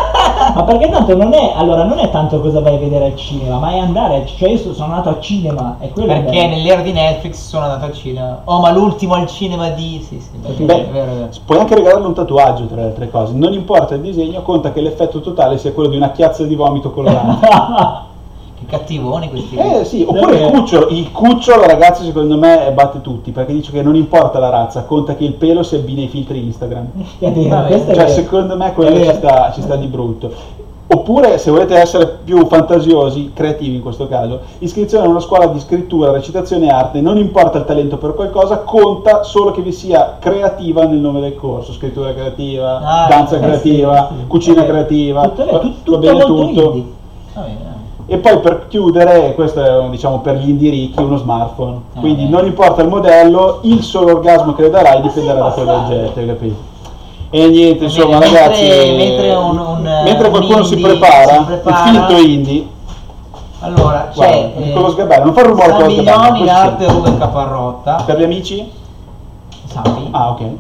Ma perché tanto non è, allora non è tanto cosa vai a vedere al cinema, ma è andare, cioè io sono andato al cinema e quello è Perché bello. nell'era di Netflix sono andato al cinema. Oh, ma l'ultimo al cinema di... Sì, sì, è Beh, vero, è vero, è vero. Puoi anche regalarle un tatuaggio, tra le altre cose, non importa il disegno, conta che l'effetto totale sia quello di una chiazza di vomito colorante. Che cattivoni questi. Eh sì, oppure il cucciolo, il cucciolo ragazzi secondo me batte tutti, perché dice che non importa la razza, conta che il pelo si abbini ai filtri Instagram. È vero, Vabbè, questo è Cioè vero. secondo me È quello vero. ci sta, ci sta di brutto. Oppure se volete essere più fantasiosi, creativi in questo caso, iscrizione a una scuola di scrittura, recitazione e arte, non importa il talento per qualcosa, conta solo che vi sia creativa nel nome del corso, scrittura creativa, Ah, danza eh, creativa, sì, sì. cucina Eh, creativa, tutto, va- tut- va tutto bene molto tutto. indie. Va bene, dai. E poi per chiudere, questo è diciamo per gli indirichi, uno smartphone. Ah, Quindi beh. non importa il modello, il solo orgasmo che le darai dipenderà da sì, quell'oggetto, hai capito? E niente, Va insomma bene, ragazzi, mentre- mentre un- un, mentre un qualcuno si indie prepara, si prepara- il finto indie, Allora, guarda, c'è... Niccolo Sgabello, non far rumore con lo Sgabello, Sammiglioni in così arte senti. Ruben Caparrotta. Per gli amici? Sampi. Ah, ok.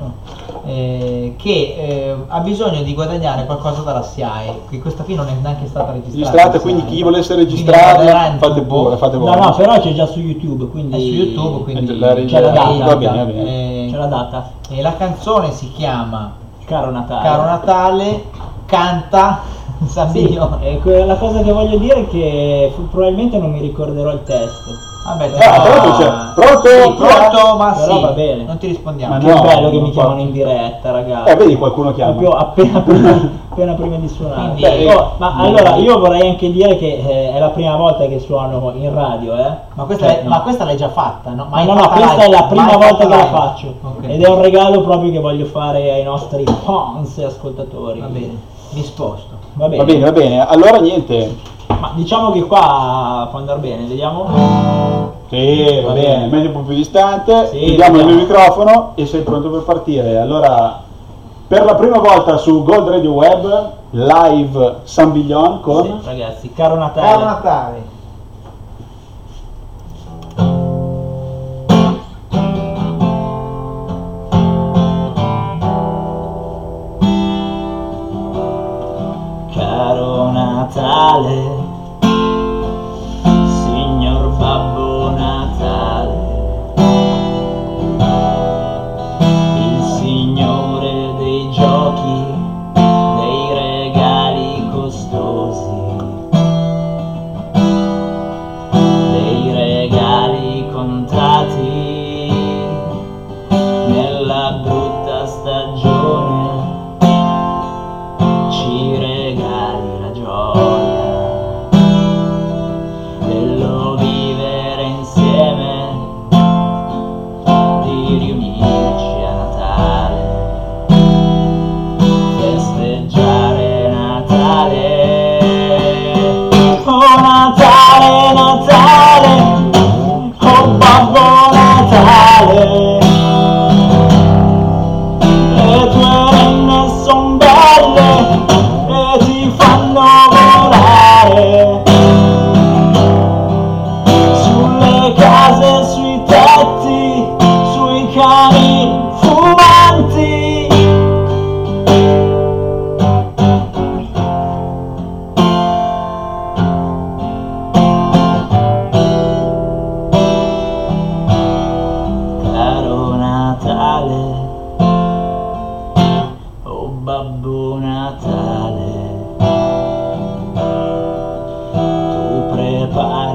eh, che eh, ha bisogno di guadagnare qualcosa dalla S I A E, che questa qui non è neanche stata registrata. Registrate, in quindi S I A E. chi volesse Quindi registrarla, guarderà in fate tubo. pure, fate No, voi. no, però c'è già su YouTube, quindi... È su YouTube, quindi La c'è la data. Va bene, va bene. Eh, C'è la data. e la canzone si chiama Caro Natale. Caro Natale, canta San Sì, Milione. e que- la cosa che voglio dire è che fu- probabilmente non mi ricorderò il testo. Vabbè, Ah, tra l'altro c'è, pronto? Sì, pronto, ma Però sì, va bene. non ti rispondiamo. Ma Che no, bello che non mi fa- chiamano in diretta, ragazzi. Eh, vedi qualcuno chiama. Proprio appena prima, appena prima di suonare. Quindi- Beh, oh, ma allora io vorrei anche dire che eh, è la prima volta che suono in radio, eh. Ma questa, Cioè, l'hai, no. ma questa l'hai già fatta, no? Ma Mai no, no, fatta questa live? è la prima Mai volta fatta che la live? faccio. Ok. Ed è un regalo proprio che voglio fare ai nostri fans e ascoltatori. Va bene, disposto. Va bene. Va bene, va bene. Allora niente. Ma diciamo che qua può andare bene, vediamo. Sì, va bene, meglio un po' più distante, Sì, chiudiamo il mio vediamo. microfono e sei pronto per partire. Allora, per la prima volta su Gold Radio Web, live San Biglion con... Sì, ragazzi, caro Natale. Caro Natale. Caro Natale, signor Babbo Natale, il signore dei giochi, dei regali costosi,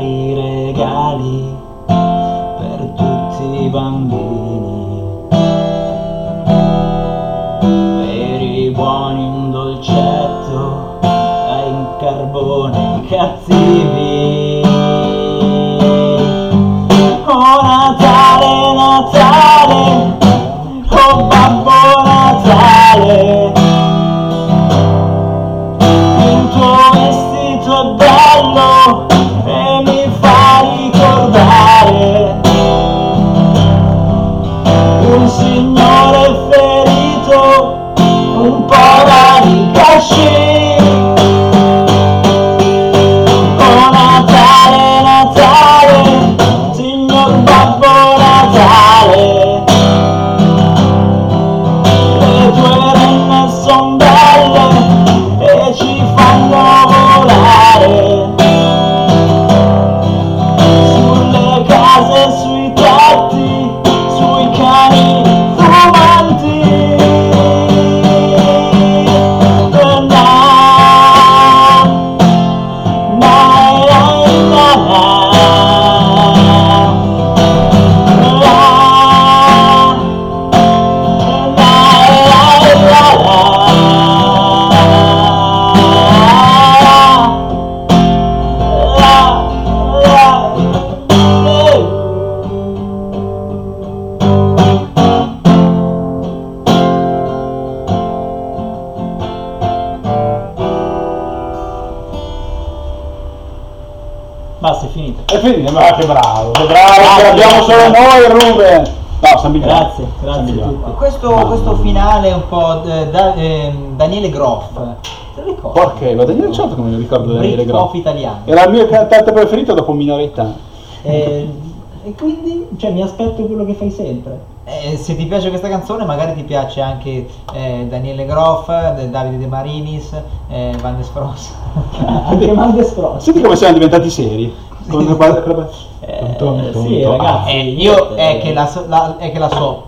cari regali per tutti i bambini, per i buoni un dolcetto e in carbone i cattivi. Oh Natale, Natale, oh Babbo Natale, il tuo vestito è bello e mi fa ricordare un signore ferito, un po' da ricasci. Oh Natale, Natale, signor Babbo Natale, le tue renne son belle e ci fanno volare sulle case, sui tetti, sui cani fumanti. Na, na, na, na, na. Basta, è finito. E quindi, ma che bravo, che bravo, che abbiamo solo noi Ruben. No, San Bigliano. Grazie, grazie San a Bigliano. tutti. Questo, Mamma questo mia. finale un po' eh, da, ehm, Daniele Groff, te lo ricordi? Perché? Ma Daniele certo che me lo ricordo Daniele Britpop Groff. italiano. Era il mio cantante preferito dopo Minorità. Eh, e quindi, cioè, mi aspetto quello che fai sempre. Eh, se ti piace questa canzone magari ti piace anche eh, Daniele Groff, eh, Davide De Marinis, eh, Van de Spross. Anche Mandes Pro. Senti come siamo diventati seri. Con- con- con- Eh, Tom, tom, sì, tom. ragazzi. Eh, io è che la, so, la- è che la so,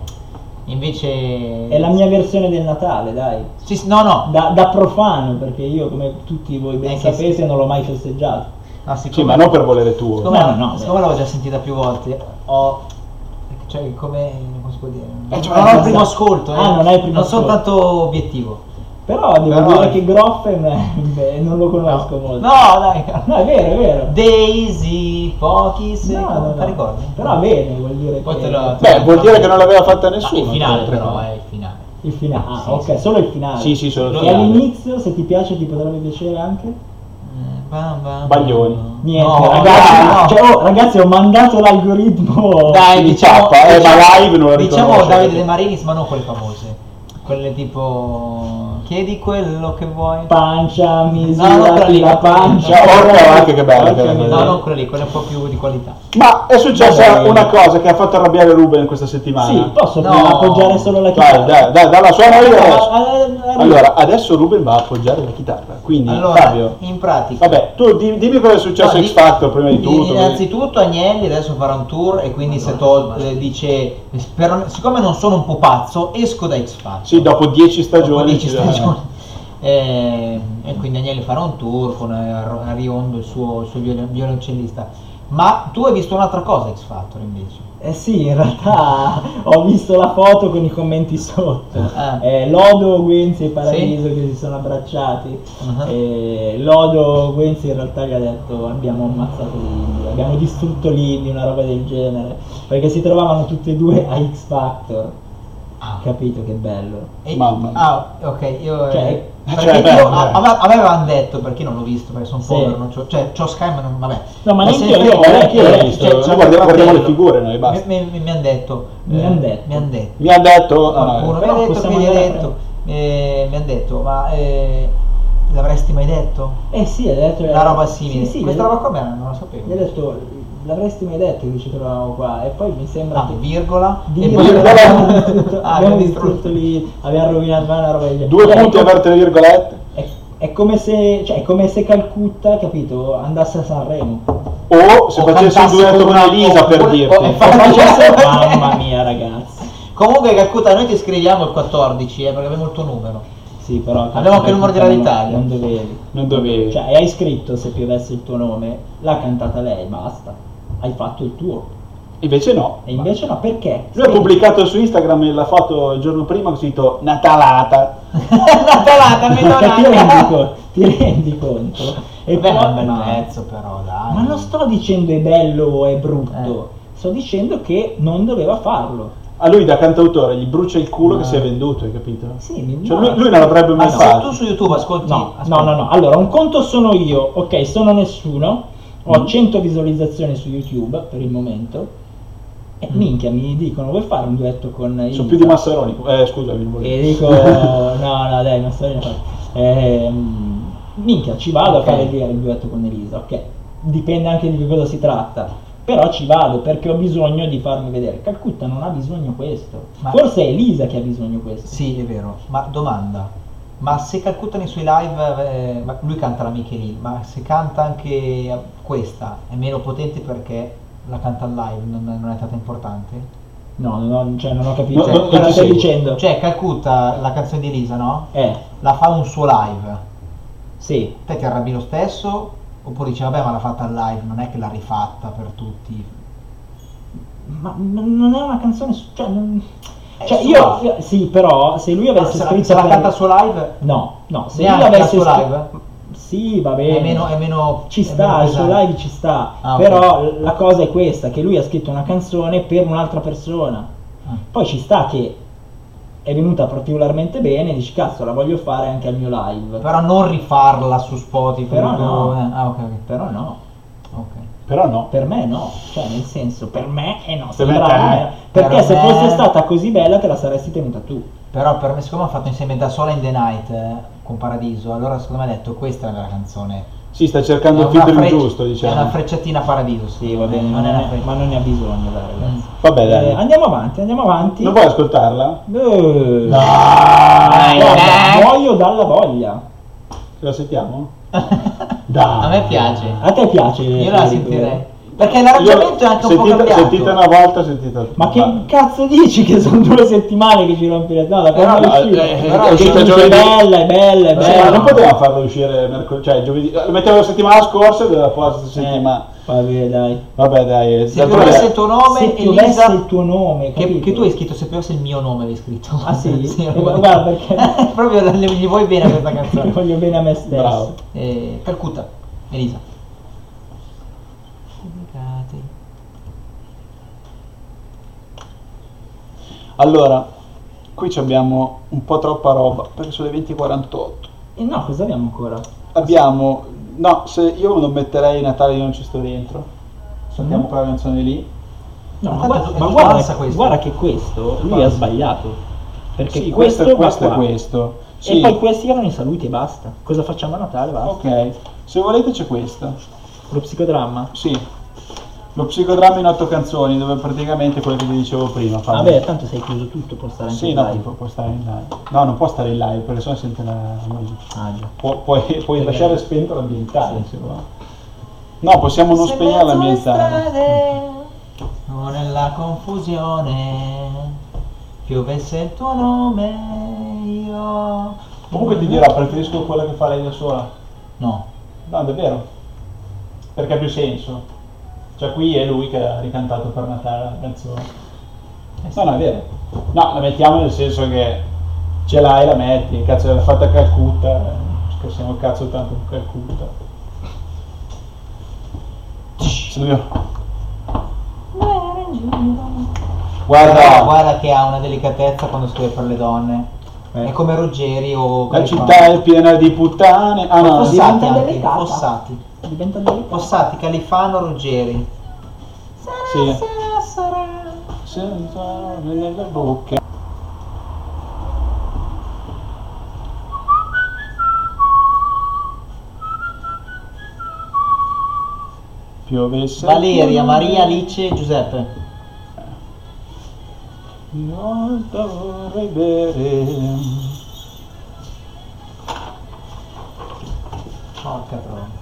invece... È la mia versione del Natale, dai. Sì, sì, no, no, Da, da profano, perché io, come tutti voi ben Eh, che sapete, sì. non l'ho mai festeggiato. no, Sì, siccome, ma non per volere tuo. siccome, No, no, no, siccome l'avevo già sentita più volte, ho... Cioè, come, come si può dire? Eh, cioè, non ho il non primo sa- ascolto, eh. Ah, non hai il primo non sono ascolto. tanto obiettivo. Però devo Però- dire che Groff è un- beh, non lo conosco molto. No, dai. No, è vero, è vero. Daisy, pochi No, secondi, no, te no. ricordi? Però bene, vuol dire Poi che... te lo- Beh, vuol dire che non l'aveva fatta No, nessuno. il finale tra le però, cose. è il finale. Il finale, ah, Sì, ok, sì. solo il finale. Sì, sì, solo il E finale. all'inizio, se ti piace, ti potrebbe piacere anche? Mm, bam, bam, Baglioni. bam. Niente, No, ragazzi, dai, no. cioè, oh, ragazzi, ho mandato l'algoritmo. Dai, si diciamo, tappa, eh, diciamo, ma live non la diciamo riconosce. Davide De Marinis, ma non quelle famose. Quelle tipo chiedi quello che vuoi. Pancia, No, no, misura quella lì. la pancia. No, porca vacca, che bella Porca che era quella. miseria. No, non quelle lì, quelle un po' più di qualità. Ma è successa Vabbè. una cosa che ha fatto arrabbiare Ruben questa settimana. Sì, posso No. appoggiare solo la chitarra. Dai, dai, dai, dalla sua io adesso. Ah, ah, ah, Allora, adesso Ruben va a appoggiare la chitarra. Quindi, Allora, Fabio, in pratica. vabbè, tu di- dimmi cosa è successo No, a di- X Factor prima di tutto. Innanzitutto Agnelli adesso farà un tour e quindi se Todd eh, dice per- siccome non sono un po' pazzo esco da X Factor. Sì, dopo dieci Dopo stagioni. dieci ci- stagioni. Eh, e quindi Agnelli farà un tour con eh, Ar- Ariondo, il suo, il suo viol- violoncellista. Ma tu hai visto un'altra cosa X Factor invece? Eh sì, in realtà ho visto la foto con i commenti sotto. Ah. Eh, Lodo, Guenzi e Paradiso Sì. che si sono abbracciati. Uh-huh. Eh, Lodo, Guenzi in realtà gli ha detto abbiamo ammazzato l'India, abbiamo distrutto l'India, una roba del genere. Perché si trovavano tutti e due a X Factor. Ah. Capito che bello. E- Mamma mia. ah, ok, io, Cioè, eh, perché cioè, io- beh, a, beh. a me a me avevano detto, perché io non l'ho visto, perché sono Sì. povero, non c'ho, cioè c'ho Sky ma non, vabbè. No, ma neanche se io, ne io- frega, neanche io l'ho eh, visto, cioè, noi c'ho guardiamo- il guardiamo le fratello. figure, noi, basta. Mi, mi, mi hanno detto, Mi eh, han detto. mi han detto. Mi hanno detto, no, no, Qualcuno mi però ha detto, possiamo qui mi ha andare a detto, eh, mi hanno detto, ma eh, l'avresti mai detto? Eh sì, ha detto Una roba simile. Sì, sì, Questa gli ha- roba qua me la- non la sapevo. Gli ha detto l'avresti mai detto che ci trovavamo qua e poi mi sembra Ah, che virgola, e Virgola, poi abbiamo distrutto, Ah, abbiamo abbiamo distrutto distrutto. lì, abbiamo rovinato una roba del genere. Due Cioè, punti è, aperte le virgolette. è, è come se cioè, è come se Calcutta, capito, andasse a Sanremo. O se O facessi un cantassi duetto con con una- Elisa o- per o- dirti. o- E Infatti- facesse- mamma mia ragazzi. Comunque Calcutta, noi ti scriviamo il quattordici, eh, perché abbiamo il tuo numero. Sì, però Abbiamo anche il numero di Radio non- Italia. Non dovevi. Non dovevi. Cioè, hai scritto Se piovesse il tuo nome, l'ha cantata lei, basta. Hai fatto il tuo. Invece no. E invece no, perché? Lui ha pubblicato su Instagram la foto il giorno prima con scritto Natalata. Natalata, Ma Madonna. ti rendi, co- ti rendi conto? E Beh, poi- è un bel ma- pezzo però, dai. Ma non sto dicendo è bello o è brutto, Eh. sto dicendo che non doveva farlo. A lui da cantautore gli brucia il culo No. che si è venduto, hai capito? Sì, mi- Cioè, no, lui, lui non l'avrebbe Ma mai se fatto. tu su YouTube ascolti... No, aspetta. no, no, no. Allora, un conto sono io, ok, sono nessuno, ho Mm. cento visualizzazioni su YouTube per il momento. E Mm. minchia, mi dicono, vuoi fare un duetto con Sono Elisa? più di Massaroni. Eh, scusami, non volevo. E dico, no, no, dai, non sto ehm, minchia, ci vado Ok. a fare il, il duetto con Elisa, ok? Dipende anche di che cosa si tratta. Però ci vado perché ho bisogno di farmi vedere. Calcutta non ha bisogno questo. Ma- Forse è Elisa che ha bisogno questo. Sì, è vero. Ma domanda. Ma se Calcutta nei suoi live, eh, ma lui canta la Michelin, ma se canta anche questa, è meno potente perché la canta al live, non, non è stata importante? No, non ho, cioè, non ho capito. No, Cioè, no, non cosa ti stai seguo. dicendo? Cioè, Calcutta, la canzone di Elisa, no? Eh, La fa un suo live. sì. Te ti arrabbi lo stesso? Oppure dici, vabbè, ma l'ha fatta al live, non è che l'ha rifatta per tutti. Ma n- non è una canzone, su- cioè, non- È cioè, sua. io, io- sì, però se lui Ma avesse se la, scritto se la per- canta al suo live, no, no, se neanche lui al avesse suo scritto- live? sì, va bene. È meno, è meno Ci è sta, meno il suo pesante. live ci sta, Ah, ok. però la cosa è questa, che lui ha scritto una canzone per un'altra persona, Ah. poi ci sta che è venuta particolarmente bene, dici cazzo la voglio fare anche al mio live, Però non rifarla su Spotify. Però proprio, no. eh. Ah, ok, ok. però no, Ok. Però no. per me no, cioè nel senso per me è no, Per me sembrava te. bella. Perché Per se me- fosse stata così bella te la saresti tenuta tu. Però per me, siccome ha fatto insieme Da Sola in the Night eh, con Paradiso, allora secondo me ha detto questa è la vera canzone. Sì, sta cercando il È una filtro freccia- giusto, È diciamo. una frecciatina Paradiso, Sì, va bene, non ma è non, una è- freccia. ma non ne ha bisogno, dai ragazzi. Mm. Vabbè, dai. Eh, andiamo avanti, andiamo avanti. Non vuoi ascoltarla? Eh, Dai, guarda, dai. muoio dalla voglia. Ce la sentiamo? Dai. A me piace. A te piace? Io la Federico? sentirei. Perché l'arrangiamento è anche un po' sentita, cambiato. sentita una volta, sentita tutta. Ma che cazzo dici che sono due settimane che ci rompi le... No, da Però, quando è no, uscita? eh, però Che è uscita dici, giovedì. è bella, è bella, è Sì, bella. ma non potevamo farlo uscire mercoledì, cioè giovedì. Lo mettevo la settimana scorsa e doveva la prossima settimana. Eh, vabbè, dai. Vabbè, dai. Se d'altronde- piovesse il tuo nome, Se piovesse Elisa, il tuo nome, che, capito? che tu hai scritto se piovesse il mio nome, avevi scritto. Ah sì? Sì, Eh, lo vuoi- guarda, perché- proprio la- gli vuoi bene a questa canzone. Voglio bene a me stesso. Bravo. Eh, Calcutta, Elisa. Allora, qui ci abbiamo un po' troppa roba, perché sono le venti e quarantotto. E no, cosa abbiamo ancora? Abbiamo, no, se io non metterei Natale io non ci sto dentro. Saltiamo Mhm. quella canzone lì. No, Ma ma, tanto guarda, è ma tutta guarda, falsa questa. guarda che questo lui Falsa. ha sbagliato. Perché Sì, questo, questo, va questo è qua. questo. E Sì. poi questi erano i saluti e basta. Cosa facciamo a Natale? Basta. Ok, se volete c'è questa. Lo psicodramma. Sì. Lo psicodramma in otto canzoni, dove praticamente quello che vi dicevo prima. Fabio. Vabbè, tanto sei chiuso tutto, può stare anche Sì, in no, live. può, può stare in live. No, non può stare in live perché sennò sente la musica. Ah, già. Pu- puoi puoi Perché- lasciare spento l'ambientale, Sì. se vuoi. No, possiamo non Se spegnere in mezzo alle l'ambientale. strade, o nella confusione, piovesse il tuo nome, io... Comunque ti dirò, preferisco quella che fa lei da sola. No. No, davvero. Perché ha più senso. Cioè qui è lui che ha ricantato per Natale la canzone. No, no, è vero. No, la mettiamo nel senso che ce l'hai, la metti, cazzo l'ha fatta a Calcutta, eh, scherziamo il cazzo tanto con Calcutta. Se dobbiamo- Guarda, Guarda, guarda che ha una delicatezza quando scrive per le donne. Eh. È come Ruggeri o... la come città fa- è piena di puttane. Ah no, Fossati diventa anche, delicata. Fossati. Diventa delicato. Fossati, Califano, Ruggeri. sì. Senza nelle bocche. Piovesse. Valeria, Maria, Alice, Giuseppe. Non vorrei bere. Porca troia.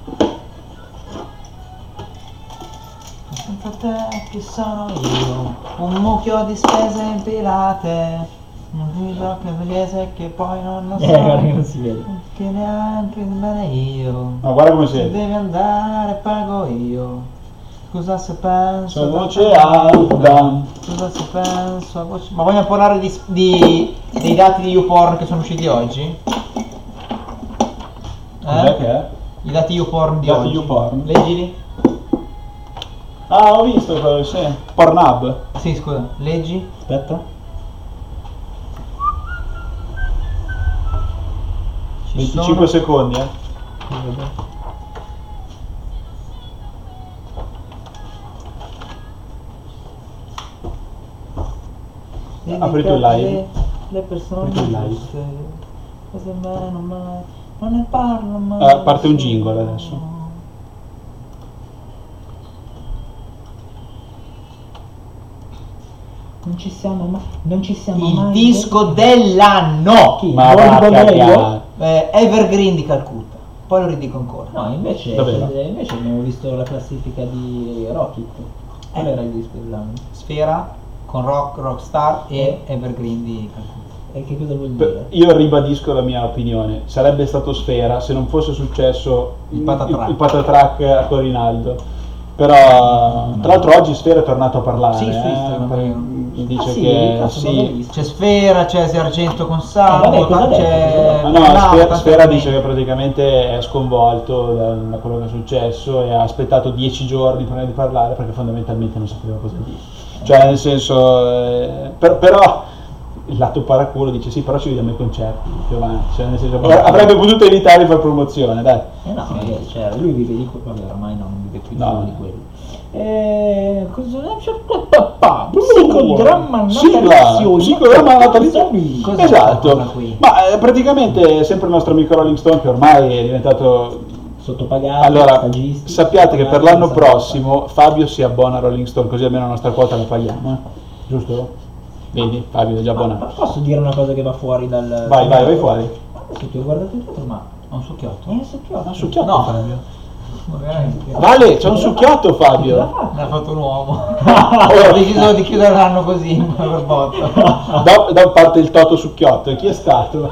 Senza te chi sono io? un mucchio di spese impilate, un gioco pugliese che poi non lo so, Eh, guarda che non si vede. che neanche bene io. Ma guarda come si Se vede. devi andare pago io. Scusa se penso Sua a voce tanta alta. Scusa se penso a voce. Ma vogliamo parlare di, di- dei dati di YouPorn che sono usciti oggi? Cos'è Eh? che è? I dati YouPorn di Dati oggi. YouPorn? Leggili? Ah, ho visto quello, sì. Pornhub. Sì, scusa, leggi? Aspetta. Ci venticinque sono- secondi, eh. Apri tu il live. Le, le persone Apri tu il live. giuste, cose meno mai, non ne parlo mai. Ah, parte un jingle adesso. Non ci siamo mai. Non ci siamo Il mai. disco dell'anno! Chi? Ma Buon va a Bodello? cagare. Eh, Evergreen di Calcutta. Poi lo ridico ancora. No, invece, Dov'era? eh, invece abbiamo visto la classifica di Rocket. Qual Eh. era il disco dell'anno? Sfera con Rock, Rockstar e Evergreen di Calcutta. E che cosa vuol Per- dire? Io ribadisco la mia opinione, sarebbe stato Sfera se non fosse successo Il patatrack. il, il patatrack a Corinaldo. Però tra l'altro oggi Sfera è tornato a parlare. Sì, su eh, Instagram, perché io. mi dice Ah, sì? che Cazzo, non l'ho sì. visto. C'è Sfera, c'è Sergento con Eh, Salvo, vabbè, cosa ha detto? c'è... Ma no, no, Sfera, tante Sfera argomenti. dice che praticamente è sconvolto da, da quello che è successo e ha aspettato dieci giorni prima di parlare perché fondamentalmente non sapeva cosa dire. Cioè nel senso, eh, per- però il lato paraculo dice sì, però ci vediamo ai concerti più avanti, cioè nel senso, avrebbe potuto evitare di fare promozione, dai. Eh no, magari, cioè, lui vive di quello, vabbè, ormai non vive più di No. solo di quello. Eh, cosa papà, psicodramma Sigla, natalizio, psicodramma natalizio. Cos'è Esatto. questa cosa qui? Ma eh, praticamente è sempre il nostro amico Rolling Stone che ormai è diventato. sottopagato, Allora, stagisti, sappiate che per l'anno sottopagati, prossimo Fabio si abbona a Rolling Stone, così almeno la nostra quota la paghiamo, eh? Giusto? Vedi, Fabio è già Ma, ma abbonato. posso dire una cosa che va fuori dal... Vai, vai, vai fuori. Adesso ti ho guardato dietro, ma... Ho un succhiotto. È un succhiotto. Un succhiotto, No. Fabio. Ma veramente. Vale, c'è un succhiotto, Chi l'ha Fabio. fatto? Ne ha fatto un uomo. Ho deciso di chiudere l'anno così, per botto. Da, da parte il Toto Succhiotto, chi è stato?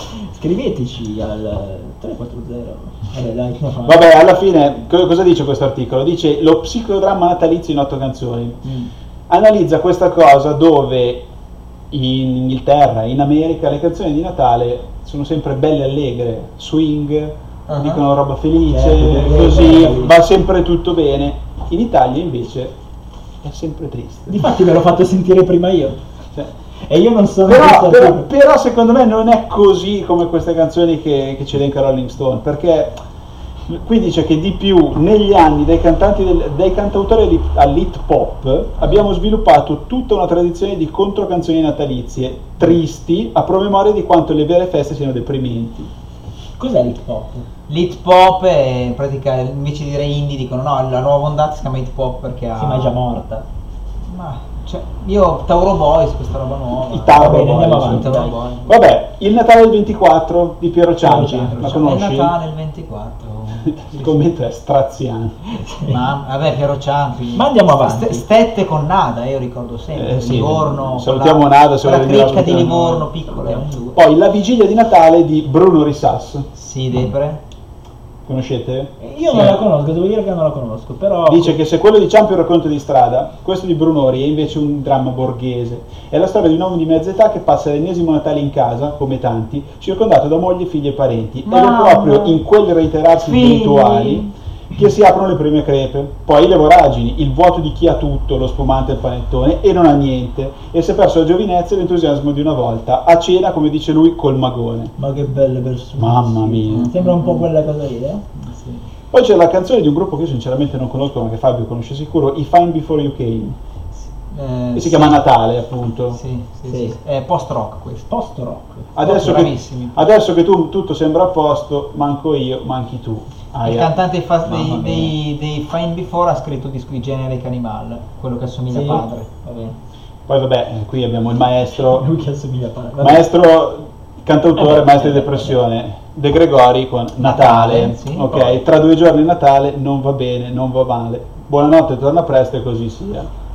Scriveteci al tre quattro zero. Vabbè, dai, che ne fa? Vabbè, alla fine, co- cosa dice questo articolo? Dice lo psicodramma natalizio in otto canzoni. Mm. Analizza questa cosa dove in Inghilterra, in America, le canzoni di Natale sono sempre belle allegre, swing, Uh-huh. dicono roba felice, Certo, belle, così, belle. va sempre tutto bene. In Italia invece è sempre triste. Difatti ve l'ho fatto sentire prima io. Cioè, E io non sono però, questo però- tipo. però secondo me non è così come queste canzoni che, che ci elenca Rolling Stone, perché qui dice che di più negli anni dai cantanti del- dai cantautori all'hip- all'hip hop abbiamo sviluppato tutta una tradizione di controcanzoni natalizie tristi a promemoria di quanto le vere feste siano deprimenti. Cos'è l'hip hop? L'hip hop è in pratica, invece di dire indie, dicono no, la nuova ondata si chiama hip hop perché ha... Sì, ma è già morta. Ma, cioè, io Tauro Boys, questa roba nuova. I Tauro Va bene, Boys. andiamo avanti, Tauro dai. Boys. Vabbè, il Natale del ventiquattro di Piero Ciampi, Piero Ciampi. la È conosci? Natale il ventiquattro. Il commento è straziante. Ma vabbè, Piero Ciampi. Ma andiamo avanti. St- stette con Nada, io ricordo sempre. Eh, sì, Livorno. salutiamo quella- Nada, se quella vuole venire a cricca di salutare. Livorno piccola. erano due. Poi la vigilia di Natale di Bruno Risas, Sì, Depre. conoscete? Io Sì. non la conosco, devo dire che non la conosco, però... Dice che se quello di Ciampi è un racconto di strada, questo di Brunori è invece un dramma borghese. È la storia di un uomo di mezza età che passa l'ennesimo Natale in casa, come tanti, circondato da moglie, figli e parenti. Ed Mamma. è proprio in quel reiterarsi di Figli. rituali che si aprono le prime crepe. Poi le voragini, il vuoto di chi ha tutto, lo spumante e il panettone, e non ha niente. E si è perso la giovinezza e l'entusiasmo di una volta. A cena, come dice lui, col magone. Ma che belle persone. Mamma mia. Sembra un po' quella cosa lì, eh? Sì. Poi c'è la canzone di un gruppo che io sinceramente non conosco, ma che Fabio conosce sicuro, I Fine Before You Came. Eh, Che si sì. chiama Natale, appunto. Sì, sì, Sì. sì. È post rock questo. Post rock. Adesso che, Bravissimi. adesso che tu tutto sembra a posto, manco io, manchi tu. Il Aia. cantante dei, fa- Mamma dei, mia. dei, dei Fine Before ha scritto disco di genere Canimal, quello che assomiglia Sì. a padre. Va bene. Poi vabbè, eh, qui abbiamo il maestro, Lui che assomiglia a padre. Vabbè. maestro cantautore, Eh beh, maestro di eh beh, depressione, De Gregori con Natale. Natale, sì. Ok, tra due giorni Natale non va bene, non va male. Buonanotte, torna presto e così sia.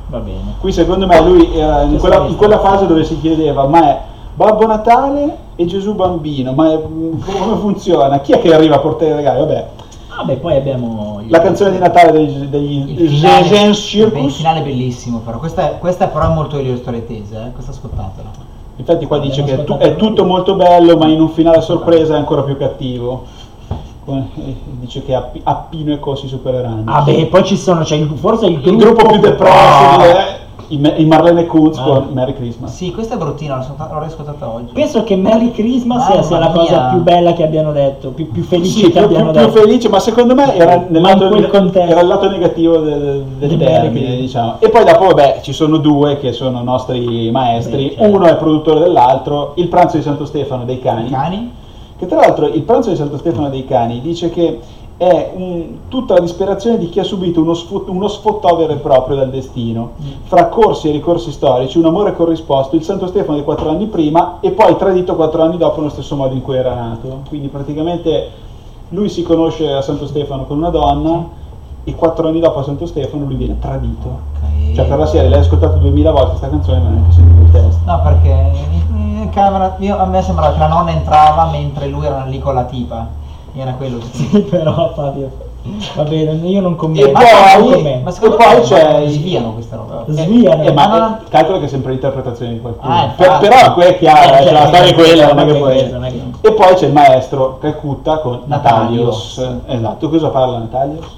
Va bene. Qui secondo me lui era in C'è quella, stato in quella stato. fase dove si chiedeva, ma è Babbo Natale e Gesù Bambino, ma è- come funziona? Chi è che arriva a portare i regali? Vabbè, Vabbè, poi abbiamo gli- la canzone di Natale degli, degli Il finale, Zezén il Circus. finale è bellissimo, però questa è, questa è però molto Elio Storie Tese, eh? Questa ascoltatela. Infatti qua dice Abbiamo che è, tu- ascoltato è tutto molto bello, ma in un finale a sorpresa è ancora più cattivo. Come- eh, Dice che Appi- Appino e Co si supereranno. Ah beh, poi ci sono, c'è il, forse il gruppo, Il gruppo più depresso Ah. è i, Me- i Marlene Kunz Ah. con Merry Christmas. Sì, questa è bruttina, l'ho ascoltata- l'ho riascoltata oggi. Penso che Merry Christmas Mamma sia la mia. cosa più bella che abbiano detto, più, più felice Sì, che più, abbiano più- più detto. felice, ma secondo me era, nel Ma in lato, quel contesto. era il lato negativo del, del Di Merry termine, Christmas. diciamo. E poi dopo, vabbè, ci sono due che sono nostri maestri, Beh, certo. uno è produttore dell'altro, il pranzo di Santo Stefano dei I cani, cani? che tra l'altro il pranzo di Santo Stefano dei cani dice che è un- tutta la disperazione di chi ha subito uno, sfo- uno sfottò vero e proprio dal destino, fra corsi e ricorsi storici, un amore corrisposto, il Santo Stefano di quattro anni prima e poi tradito quattro anni dopo nello stesso modo in cui era nato. Quindi praticamente lui si conosce a Santo Stefano con una donna e quattro anni dopo a Santo Stefano lui viene tradito. Ok. Cioè per la serie l'hai ascoltato duemila volte questa canzone ma non hai neanche sentito il testo. No, perché in, in camera io- a me sembrava che la nonna entrava mentre lui era lì con la tipa. Era quello che Sì, però Fabio, va bene, io non commento. E Ma, poi- non commento. e ma secondo poi me c'è ma il- sviano queste robe. Sviano. Eh, ma Ma non- eh, calcola che è sempre l'interpretazione di qualcuno. Ah, Per- infatti. però qui è chiaro, Eh, cioè, la cioè, storia è quella, non è che non è poi... questo, non è che- E poi c'è il maestro Calcutta con Natalios. Natalios. Esatto, cosa parla Natalios?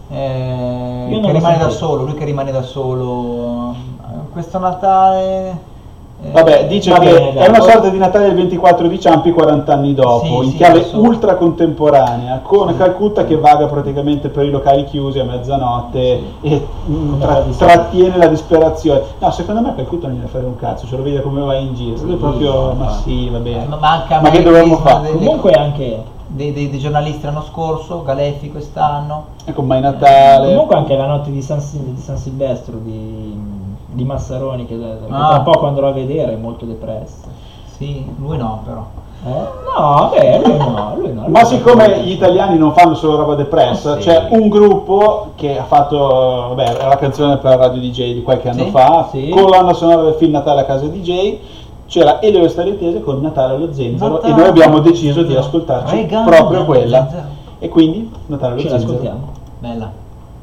Eh, Io non che l'ho rimane da sentito. solo, lui che rimane da solo. Eh, Questo Natale. eh, Vabbè, dice va che bene, dai. è una sorta di Natale del ventiquattro di Ciampi quaranta anni dopo, Sì, in sì, chiave lo so. ultra contemporanea, con Calcutta che vaga praticamente per i locali chiusi a mezzanotte e mm, Come tra- la dis- trattiene la disperazione. No, secondo me Calcutta non gliene frega un cazzo, ce lo vede come va in giro. Lui è proprio, ma sì, va bene. Ma manca Ma che Merry dovremmo Christmas fare? delle- Comunque anche, dei, dei- dei giornalisti l'anno scorso, Galeffi quest'anno. Ecco, mai Natale. comunque anche la notte di San, Sil- di San Silvestro di, di Massaroni, che, che Ah. tra poco andrò a vedere, è molto depresso. Sì, lui no però. Eh? No, beh, lui no, lui no. lui Ma no. siccome gli italiani non fanno solo roba depressa, Sì. c'è un gruppo che ha fatto, vabbè, era la canzone per Radio D J di qualche anno Sì, fa, sì. colonna sonora del film Natale a casa D J, c'era Elio e le Storie Tese con Natale allo Zenzero Natale e noi abbiamo allo deciso di Zenzero. ascoltarci Regali proprio allo quella. Zenzero. E quindi Natale allo Ce Zenzero. l'ascoltiamo. Bella.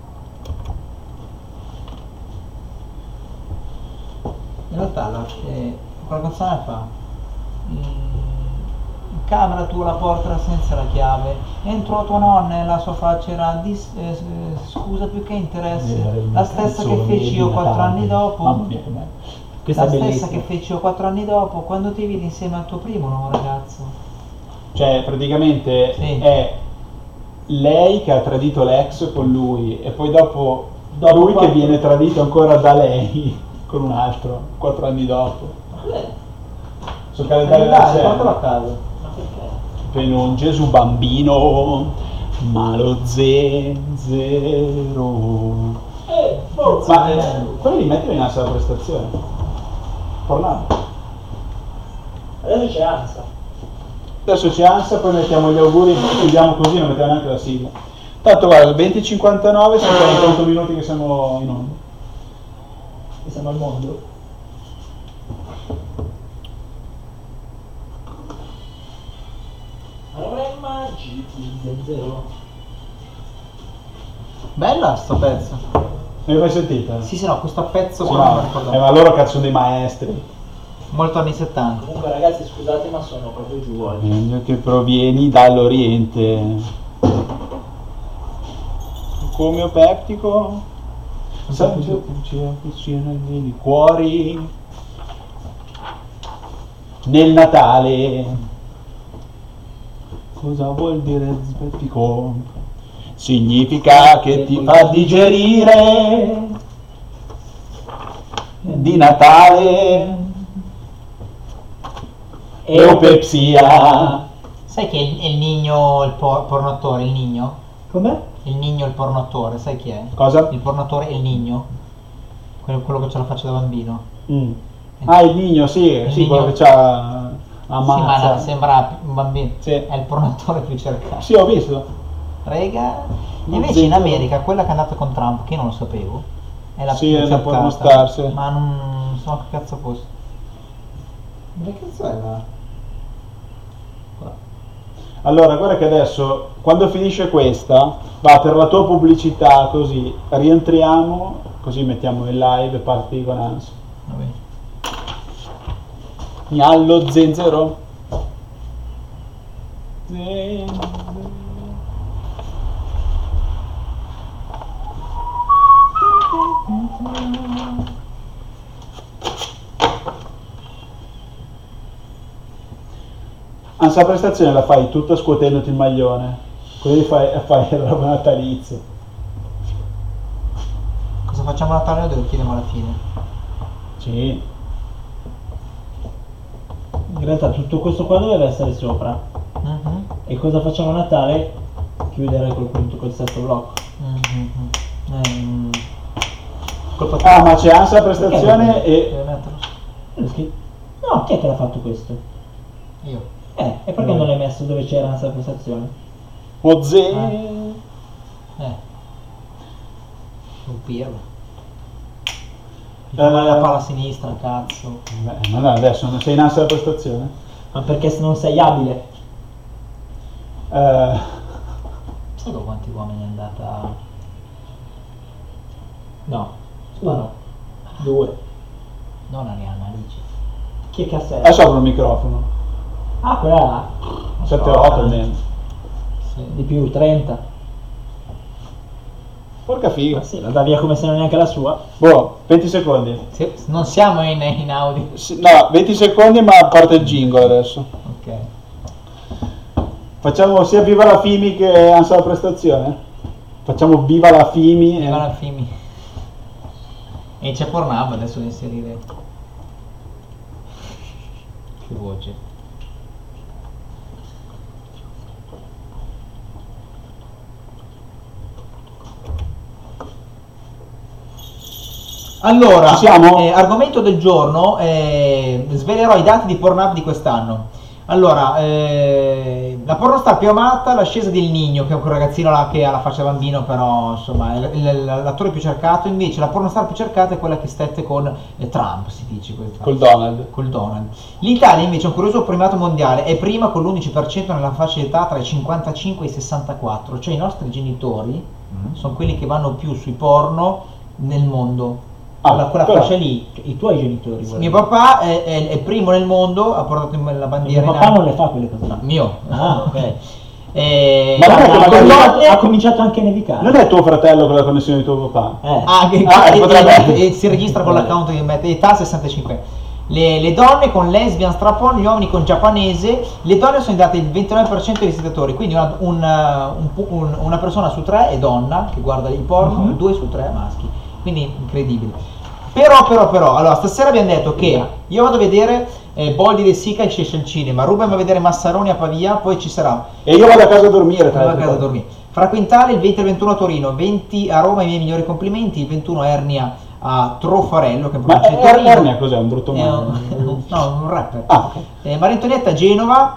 In realtà la, eh, quella canzone fa. mm, In camera tu la porta senza la chiave. Entrò tua nonna e la sua faccia era dis- eh, s- eh, scusa più che interesse. Eh, La stessa che canzoni feci io di quattro Natale. anni dopo. Mamma mia, che bello. Questa La è stessa bellissima. che feci io quattro anni dopo, quando ti vidi insieme al tuo primo nuovo ragazzo. Cioè, praticamente Sì. è lei che ha tradito l'ex con lui e poi dopo, Dopo lui quattro- che viene tradito ancora da lei con un altro, quattro anni dopo. Sul calendario della Dai, serie. portalo a casa. Ma perché? Per un Gesù bambino, ma lo zenzero. Eh, forza. Ma eh, quello li metti in assa la prestazione. Pornando. Adesso c'è Ansa. Adesso c'è Ansa, poi mettiamo gli auguri, chiudiamo così, non mettiamo neanche la sigla. Tanto guarda, venti e cinquantanove, sono quarantotto minuti che siamo in onda. Che siamo al mondo. Avremma G T zero. Bella sto pezzo. Non l'hai mai sentita? Sì, sì, no, questo pezzo Sì, qua non mi no. ricordo. Eh, ma loro cazzo sono dei maestri. Molto anni settanta. Comunque ragazzi scusate ma sono proprio giù oggi. Meglio che provieni dall'Oriente. Omeopetico. Santo ci avvicina i cuori. Nel Natale. Cosa vuol dire zbettico? Significa che ti fa digerire di Natale eupepsia. Sai chi è il, il Nigno, il por- pornatore, il Nigno? Com'è? Il Nigno, il pornatore, sai chi è? Cosa? Il pornatore è il Nigno. Quello, quello che ce la faccio da bambino. Mm. Ah, il Nigno, sì, Il sì, Nigno. quello che c'ha la Sì, ma mazza. no, sembra un bambino. Sì. È il pornatore più cercato. Sì, ho visto. Rega. Non Invece in zenzero. America, quella che è andata con Trump, che io non lo sapevo, È la Sì, più è da cercata, pornostarsi. ma non so che cazzo fosse. Che cazzo è la... Qua. Allora, guarda che adesso, quando finisce questa, va per la tua pubblicità, così rientriamo, così mettiamo in live e parti con Ans. Va bene. Miallo zenzero. Zenzero. Anzi, la prestazione la fai tutta scuotendoti il maglione, così fai, fai la roba natalizia. Cosa facciamo a Natale o devo chiedere alla fine? Sì. In realtà tutto questo qua doveva essere sopra. Mhm. E cosa facciamo a Natale? Chiudere col punto col sesto blocco. Mhm. Ehm, colpa tua. Ah, ma c'è anche la prestazione Devi e... metterlo? L'ho scritto. No, chi è che l'ha fatto questo? Io. Eh, e perché non l'hai messo dove c'era questa prestazione? Oze... Eh. Un pirlo. Mi Eh. fa male la palla a sinistra, cazzo. Beh, ma no, adesso non sei in ansia della prestazione? Ma perché se non sei abile? Eh, Sai con quanti uomini è andata? No. Uno. Due. Non Arianna, Alice. Che cazzo è? adesso apro il microfono. Ah, quella là. sette otto almeno. Sì. Di più, trenta. Porca figa. Ma sì, la dà via come se non è neanche la sua. Boh, venti secondi. Sì, non siamo in, in audio. Sì, no, venti secondi ma parte il jingle adesso. Ok. Facciamo sia viva la Fimi che ansia la prestazione? Facciamo viva la Fimi. Viva e... la Fimi. E c'è Pornhub adesso da inserire. Che voce. Allora, Ci siamo? eh, argomento del giorno, eh, svelerò i dati di Pornhub di quest'anno. Allora, eh, la pornostar più amata, l'ascesa del Nino, che è un ragazzino là che ha la faccia da bambino, però insomma è l- l- l'attore più cercato. Invece la pornostar più cercata è quella che stette con eh, Trump, si dice questa. Col Donald. Col Donald. L'Italia invece è un curioso primato mondiale, è prima con l'undici per cento nella fascia d'età tra i cinquantacinque e i sessantaquattro, cioè i nostri genitori sono quelli che vanno più sui porno nel mondo. Ah, quella, quella però- fascia lì. I tuoi genitori. Mio guarda. papà è, è- è primo nel mondo, ha portato in la bandiera Mio in papà alto. non le fa quelle cose. No, mio. Ah, ok. Eh, Ma non è che ha- magari- con ha, donne- ha cominciato anche a nevicare. Non è tuo fratello con la connessione di tuo papà? Eh. Ah, che- Ah, e- potrebbe- e- e si registra con l'account che mette età sessantacinque. Le, le donne con lesbian strap-on, gli uomini con giapponese. Le donne sono date il ventinove per cento dei visitatori, quindi una, un- un- un- una persona su tre è donna che guarda il porno, Mhm. due su tre maschi. Quindi incredibile. Però, però, però, allora stasera abbiamo detto che io vado a vedere eh, Boldi De Sica e esce al cinema, Ruben va a vedere Massaroni a Pavia, poi ci sarà E io vado a casa a dormire, tra vado a l'altro. casa a dormire. Fra Quintale il venti e il ventuno a Torino, venti a Roma, i miei migliori complimenti, il ventuno a Ernia a Trofarello, che è in Ma provincia di Er- Torino. Ernia cos'è? Un brutto È nome? un- no, un rapper. Ah, ok. Eh, Maria Antonietta a Genova,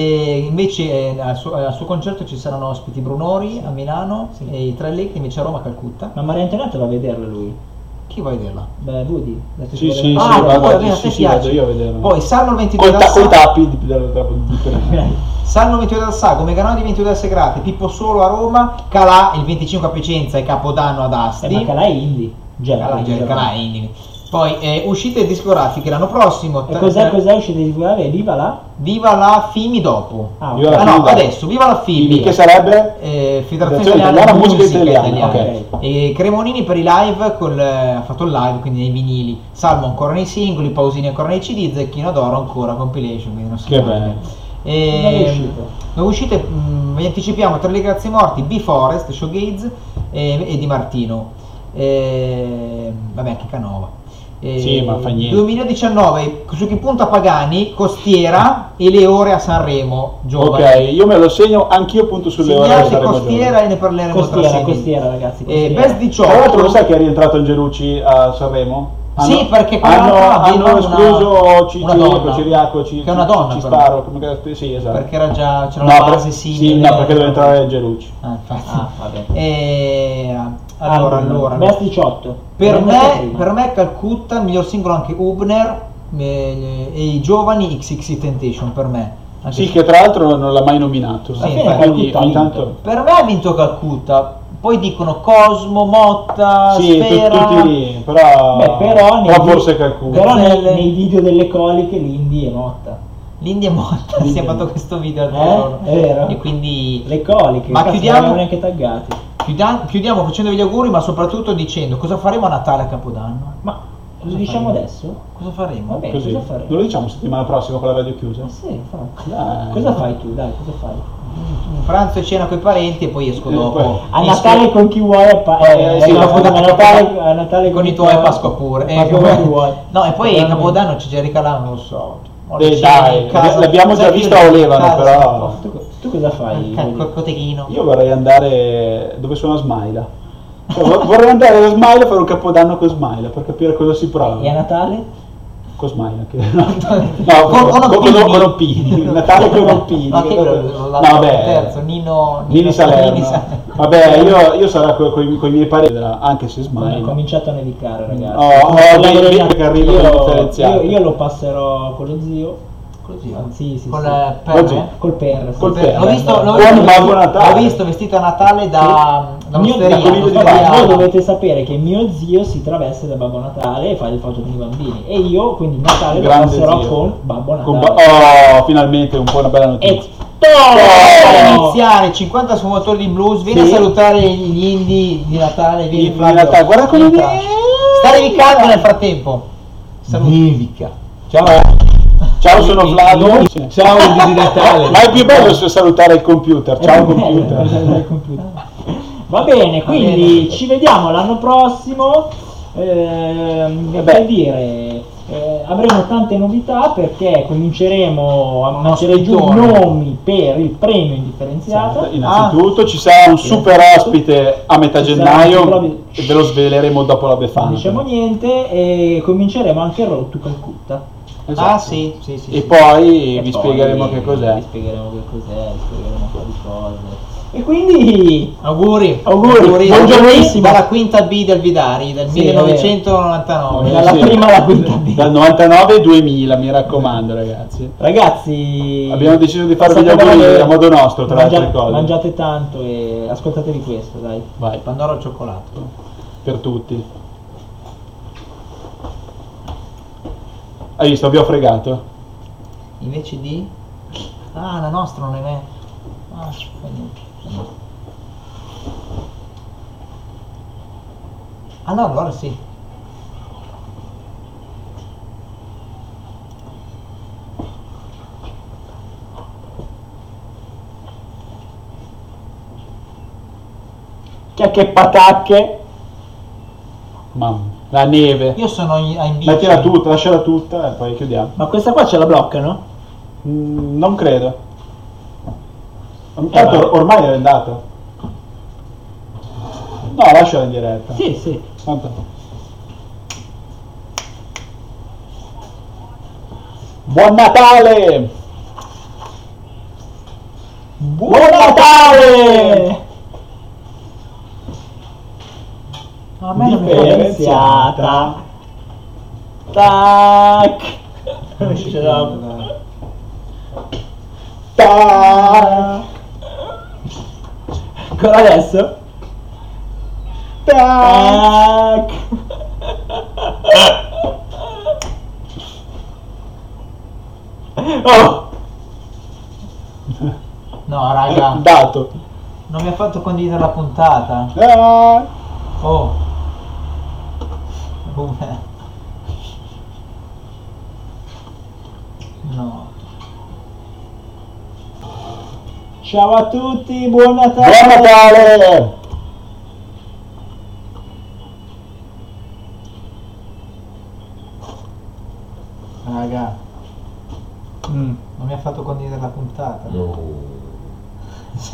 e invece eh, al, suo, al suo concerto ci saranno ospiti Brunori a Milano e i tre Lecchi invece a Roma a Calcutta. Ma Maria Antonietta va a vederlo lui. Chi vuoi vederla? Beh, Woody. la Sì, stessa sì, cosa- Ah, sì, poi, vado, bene, a sì, te sì, vado piace. io a vederlo. Poi Salmo il ventidue Coi dal ta- coi Sa- tappi di, della- della- di- Salmo ventidue dal Sago, Meganodi ventidue dal Segrate, Pippo Solo a Roma, Calà il venticinque a Piacenza e Capodanno ad Asti. Eh, ma Calà è indie. Già, Calà, quindi- Calà è indie. Poi eh, uscite discografiche l'anno prossimo. E tre- cos'è, tre- cos'è uscite di Guave? Viva là? Viva la Fimi dopo. Ah, Viva ok. la Ah no, Fimi dopo. adesso, viva la Fimi. Fimi, che sarebbe? Eh, Federazione Federazione Italiana Italiana Musica, Musica Italiana. Italiana, ok. E Cremonini per i live, col, ha fatto il live, quindi nei vinili. Salmo ancora nei singoli, Pausini ancora nei C D, Zecchino d'Oro ancora compilation, quindi non si Che sa. bello. E, Dove è uscito? Dove uscite? mh, vi anticipiamo tra le grazie morti, B Forest, Showgaze e, e Di Martino. E, vabbè, anche Canova. E, Sì, ma fa niente. duemiladiciannove su chi punta Pagani, Costiera e le ore a Sanremo, giovane. Ok, io me lo segno, anch'io punto sulle ore Segnate che saremo Costiera giovani. e ne parleremo tra Costiera, sei mesi. costiera, ragazzi. Eh, Costiera. Best diciotto. Tra l'altro lo sai che è rientrato Angelucci a Sanremo? Sì, perché hanno, quell'altro hanno aveva escluso una- Ci- una Ciriaco, donna. Ciriaco, Ci- Che è una donna, Ci però. Staro, come cazzo- sì, esatto. Perché era già c'era No, una per- base sì, simile. no, perché deve entrare Angelucci. Ah, infatti. Ah, vabbè. E, Allora, album. allora. Best diciotto. Per L'hai detto me, prima. per me Calcutta, miglior singolo anche Hubner eh, e i giovani X X Temptation per me. Anche Sì, se- che tra l'altro non l'ha mai nominato. Sì, Quindi infatti, Calcutta ha ogni vinto. tanto... Per me ha vinto Calcutta, poi dicono Cosmo, Motta, Sì, tu- Sfera. tutti lì, però... Beh, però, nei, però vi- forse Calcutta. però nei, Gazzelle. nei video delle coliche l'Indy è Motta. L'India è morta, L'India si è è fatto morta. questo video al Eh? giorno. È vero? E quindi Le coliche, Ma cazzo, chiudiamo- non erano neanche taggati. chiudia- chiudiamo facendovi gli auguri, ma soprattutto dicendo cosa faremo a Natale a Capodanno. Ma lo Cosa diciamo faremo? adesso? Cosa faremo? Vabbè. Così. cosa faremo? Non lo diciamo settimana prossima con la radio chiusa? Ma sì, infatti. Dai. Cosa fai tu? Dai, cosa fai? Un pranzo e cena con i parenti e poi esco E dopo. poi- A Esco- Natale con chi vuoi, a, pa- eh, Eh, sì, no, a scusa, a Natale, a Natale con i tuoi a Pasqua pure. Eh, Pasqua con chi vuoi. No, e poi Veramente. Capodanno c'è Jerica là, non lo so. Ho Eh, le cene dai, in casa, l'abbiamo già sai, visto io a in Olevano, casa, però. Tu, tu cosa fai? Col col cotechino. Io vorrei andare dove suona Smaila. Cioè, vor- vorrei andare da Smaila a fare un capodanno con Smaila per capire cosa si prova. E a Natale? Con Smaila, che no, Con- con, con con, con, Oppini. con Oppini. Natale con Oppini. No, che no, quello- la- vabbè. il terzo, Nino, Nini Salerno. Nini Salerno. Vabbè, io, io sarò con i miei parenti, anche se Ha Smaila. cominciato a nevicare, ragazzi. Oh, oh, Parliamo vedi- del vedi Natale. che arriva con io, differenziato. io, io lo passerò con lo zio. Così, Ah, sì, sì, con sì. il Oggi. perro. Col P R. sì. Col Sì. P R. L'ho visto, l'ho Buon visto, Babbo Natale. l'ho visto vestito a Natale da, da Mio- un'osteria, da coniglio di un'osteria- Babbo. Voi dovete sapere che mio zio si traveste da Babbo Natale e fa le foto con i bambini. E io, quindi, Natale lo Grande passerò zio. con Babbo Natale. Con ba- oh, finalmente un po' una bella E notizia. Per to- iniziare cinquanta sfumatori di blues, vieni Sì. a salutare gli indie di Natale, vieni Di Flavio. Natale, guarda come Entra. ne- Sta nevicando nel frattempo. Nevica. Ciao. Ciao, sono Io- Flavio. Ciao, indie di Natale. Ma è più bello se salutare il computer. Ciao computer. Va bene, quindi bene. ci vediamo l'anno prossimo. Ehm, Eh per beh. dire, eh, avremo tante novità perché cominceremo a Uno mettere giù scrittore. nomi per il premio indifferenziato. Innanzitutto ci sarà un super ospite a metà Ci sarà un gennaio super- e ve lo sveleremo dopo la Non Befana. diciamo niente e cominceremo anche il Road to Calcutta. Esatto. Ah sì, sì, sì. E sì. poi E vi poi spiegheremo che Vi cos'è. spiegheremo che cos'è, vi spiegheremo un po' di cose. E quindi Auguri. Auguri. Buongiornissimo. Dalla quinta B del Vidari, del Sì, millenovecentonovantanove. Dalla Sì. prima alla quinta B. Dal novantanove al duemila, mi raccomando ragazzi. Ragazzi, Abbiamo deciso di farvi gli passate auguri bene, a modo nostro, tra le mangia- altre cose. Mangiate tanto e ascoltatevi questo, dai. Vai, Pandoro al cioccolato. per tutti. Hai visto, vi ho fregato. Invece di... Ah, la nostra non è... Ah, fa niente. Ah no, allora sì. Che che patacche. Mamma, la neve. Io sono in, in bici. Mettila tutta, lasciala tutta e poi chiudiamo. Ma questa qua ce la bloccano? Mm, non credo. Tanto vai. or- ormai è andato. No, lasciala in diretta. Sì, sì. Tanto- Buon Natale! Buon Natale! A me non mi fa Differenziata. Tac! Non ci Ce l'ho. credo, dai. Tac! Ancora adesso? Tac! Oh! No, raga, Dato. non mi ha fatto condividere la puntata. Ah. Oh. Come? No. Ciao a tutti, buon Natale! Buon Natale! Raga, Mm. non mi ha fatto condividere la puntata. No.